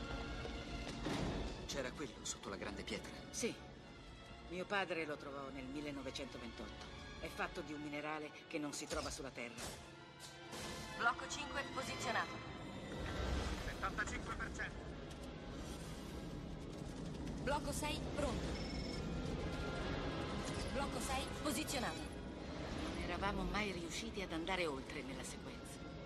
C'era quello sotto la grande pietra. Sì. Mio padre lo trovò nel millenovecentoventotto. È fatto di un minerale che non si trova sulla Terra. Blocco cinque posizionato. settantacinque per cento. Blocco sei pronto. Blocco sei posizionato. Non eravamo mai riusciti ad andare oltre nella sequenza.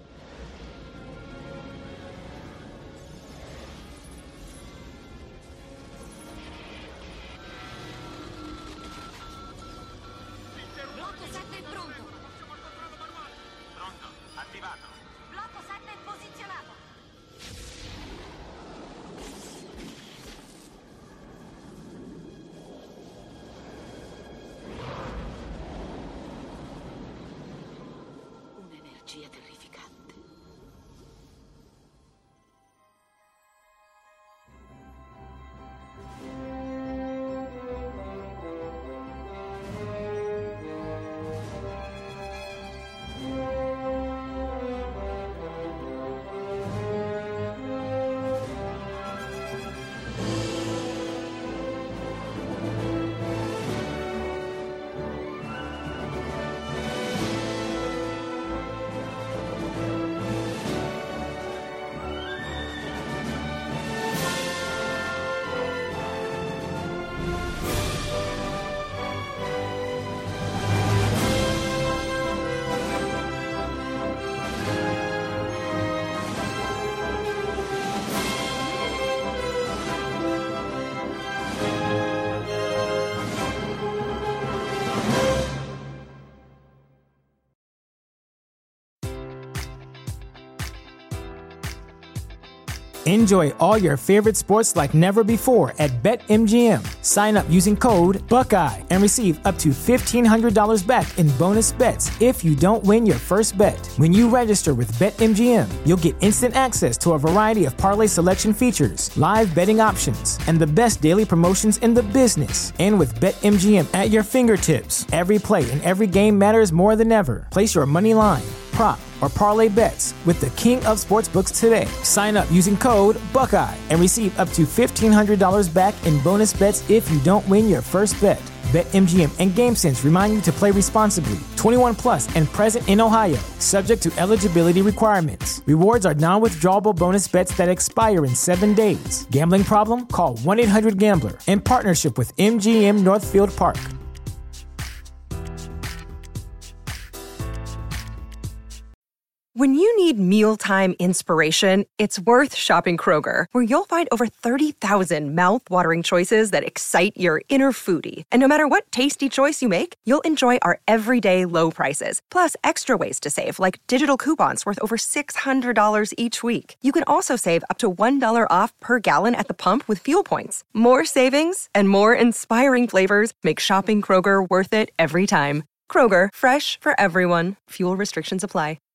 Blocco sette pronto. Pronto, attivato. Blocco sette posizionato. Un'energia terrificante. Enjoy all your favorite sports like never before at BetMGM. Sign up using code Buckeye and receive up to fifteen hundred dollars back in bonus bets if you don't win your first bet. When you register with BetMGM, you'll get instant access to a variety of parlay selection features, live betting options, and the best daily promotions in the business. And with BetMGM at your fingertips, every play and every game matters more than ever. Place your money line, prop, or parlay bets with the king of sportsbooks today. Sign up using code Buckeye and receive up to fifteen hundred dollars back in bonus bets if you don't win your first bet. BetMGM and GameSense remind you to play responsibly. twenty-one plus and present in Ohio, subject to eligibility requirements. Rewards are non-withdrawable bonus bets that expire in seven days. Gambling problem? Call one eight hundred gambler in partnership with M G M Northfield Park. When you need mealtime inspiration, it's worth shopping Kroger, where you'll find over thirty thousand mouth-watering choices that excite your inner foodie. And no matter what tasty choice you make, you'll enjoy our everyday low prices, plus extra ways to save, like digital coupons worth over six hundred dollars each week. You can also save up to one dollar off per gallon at the pump with fuel points. More savings and more inspiring flavors make shopping Kroger worth it every time. Kroger, fresh for everyone. Fuel restrictions apply.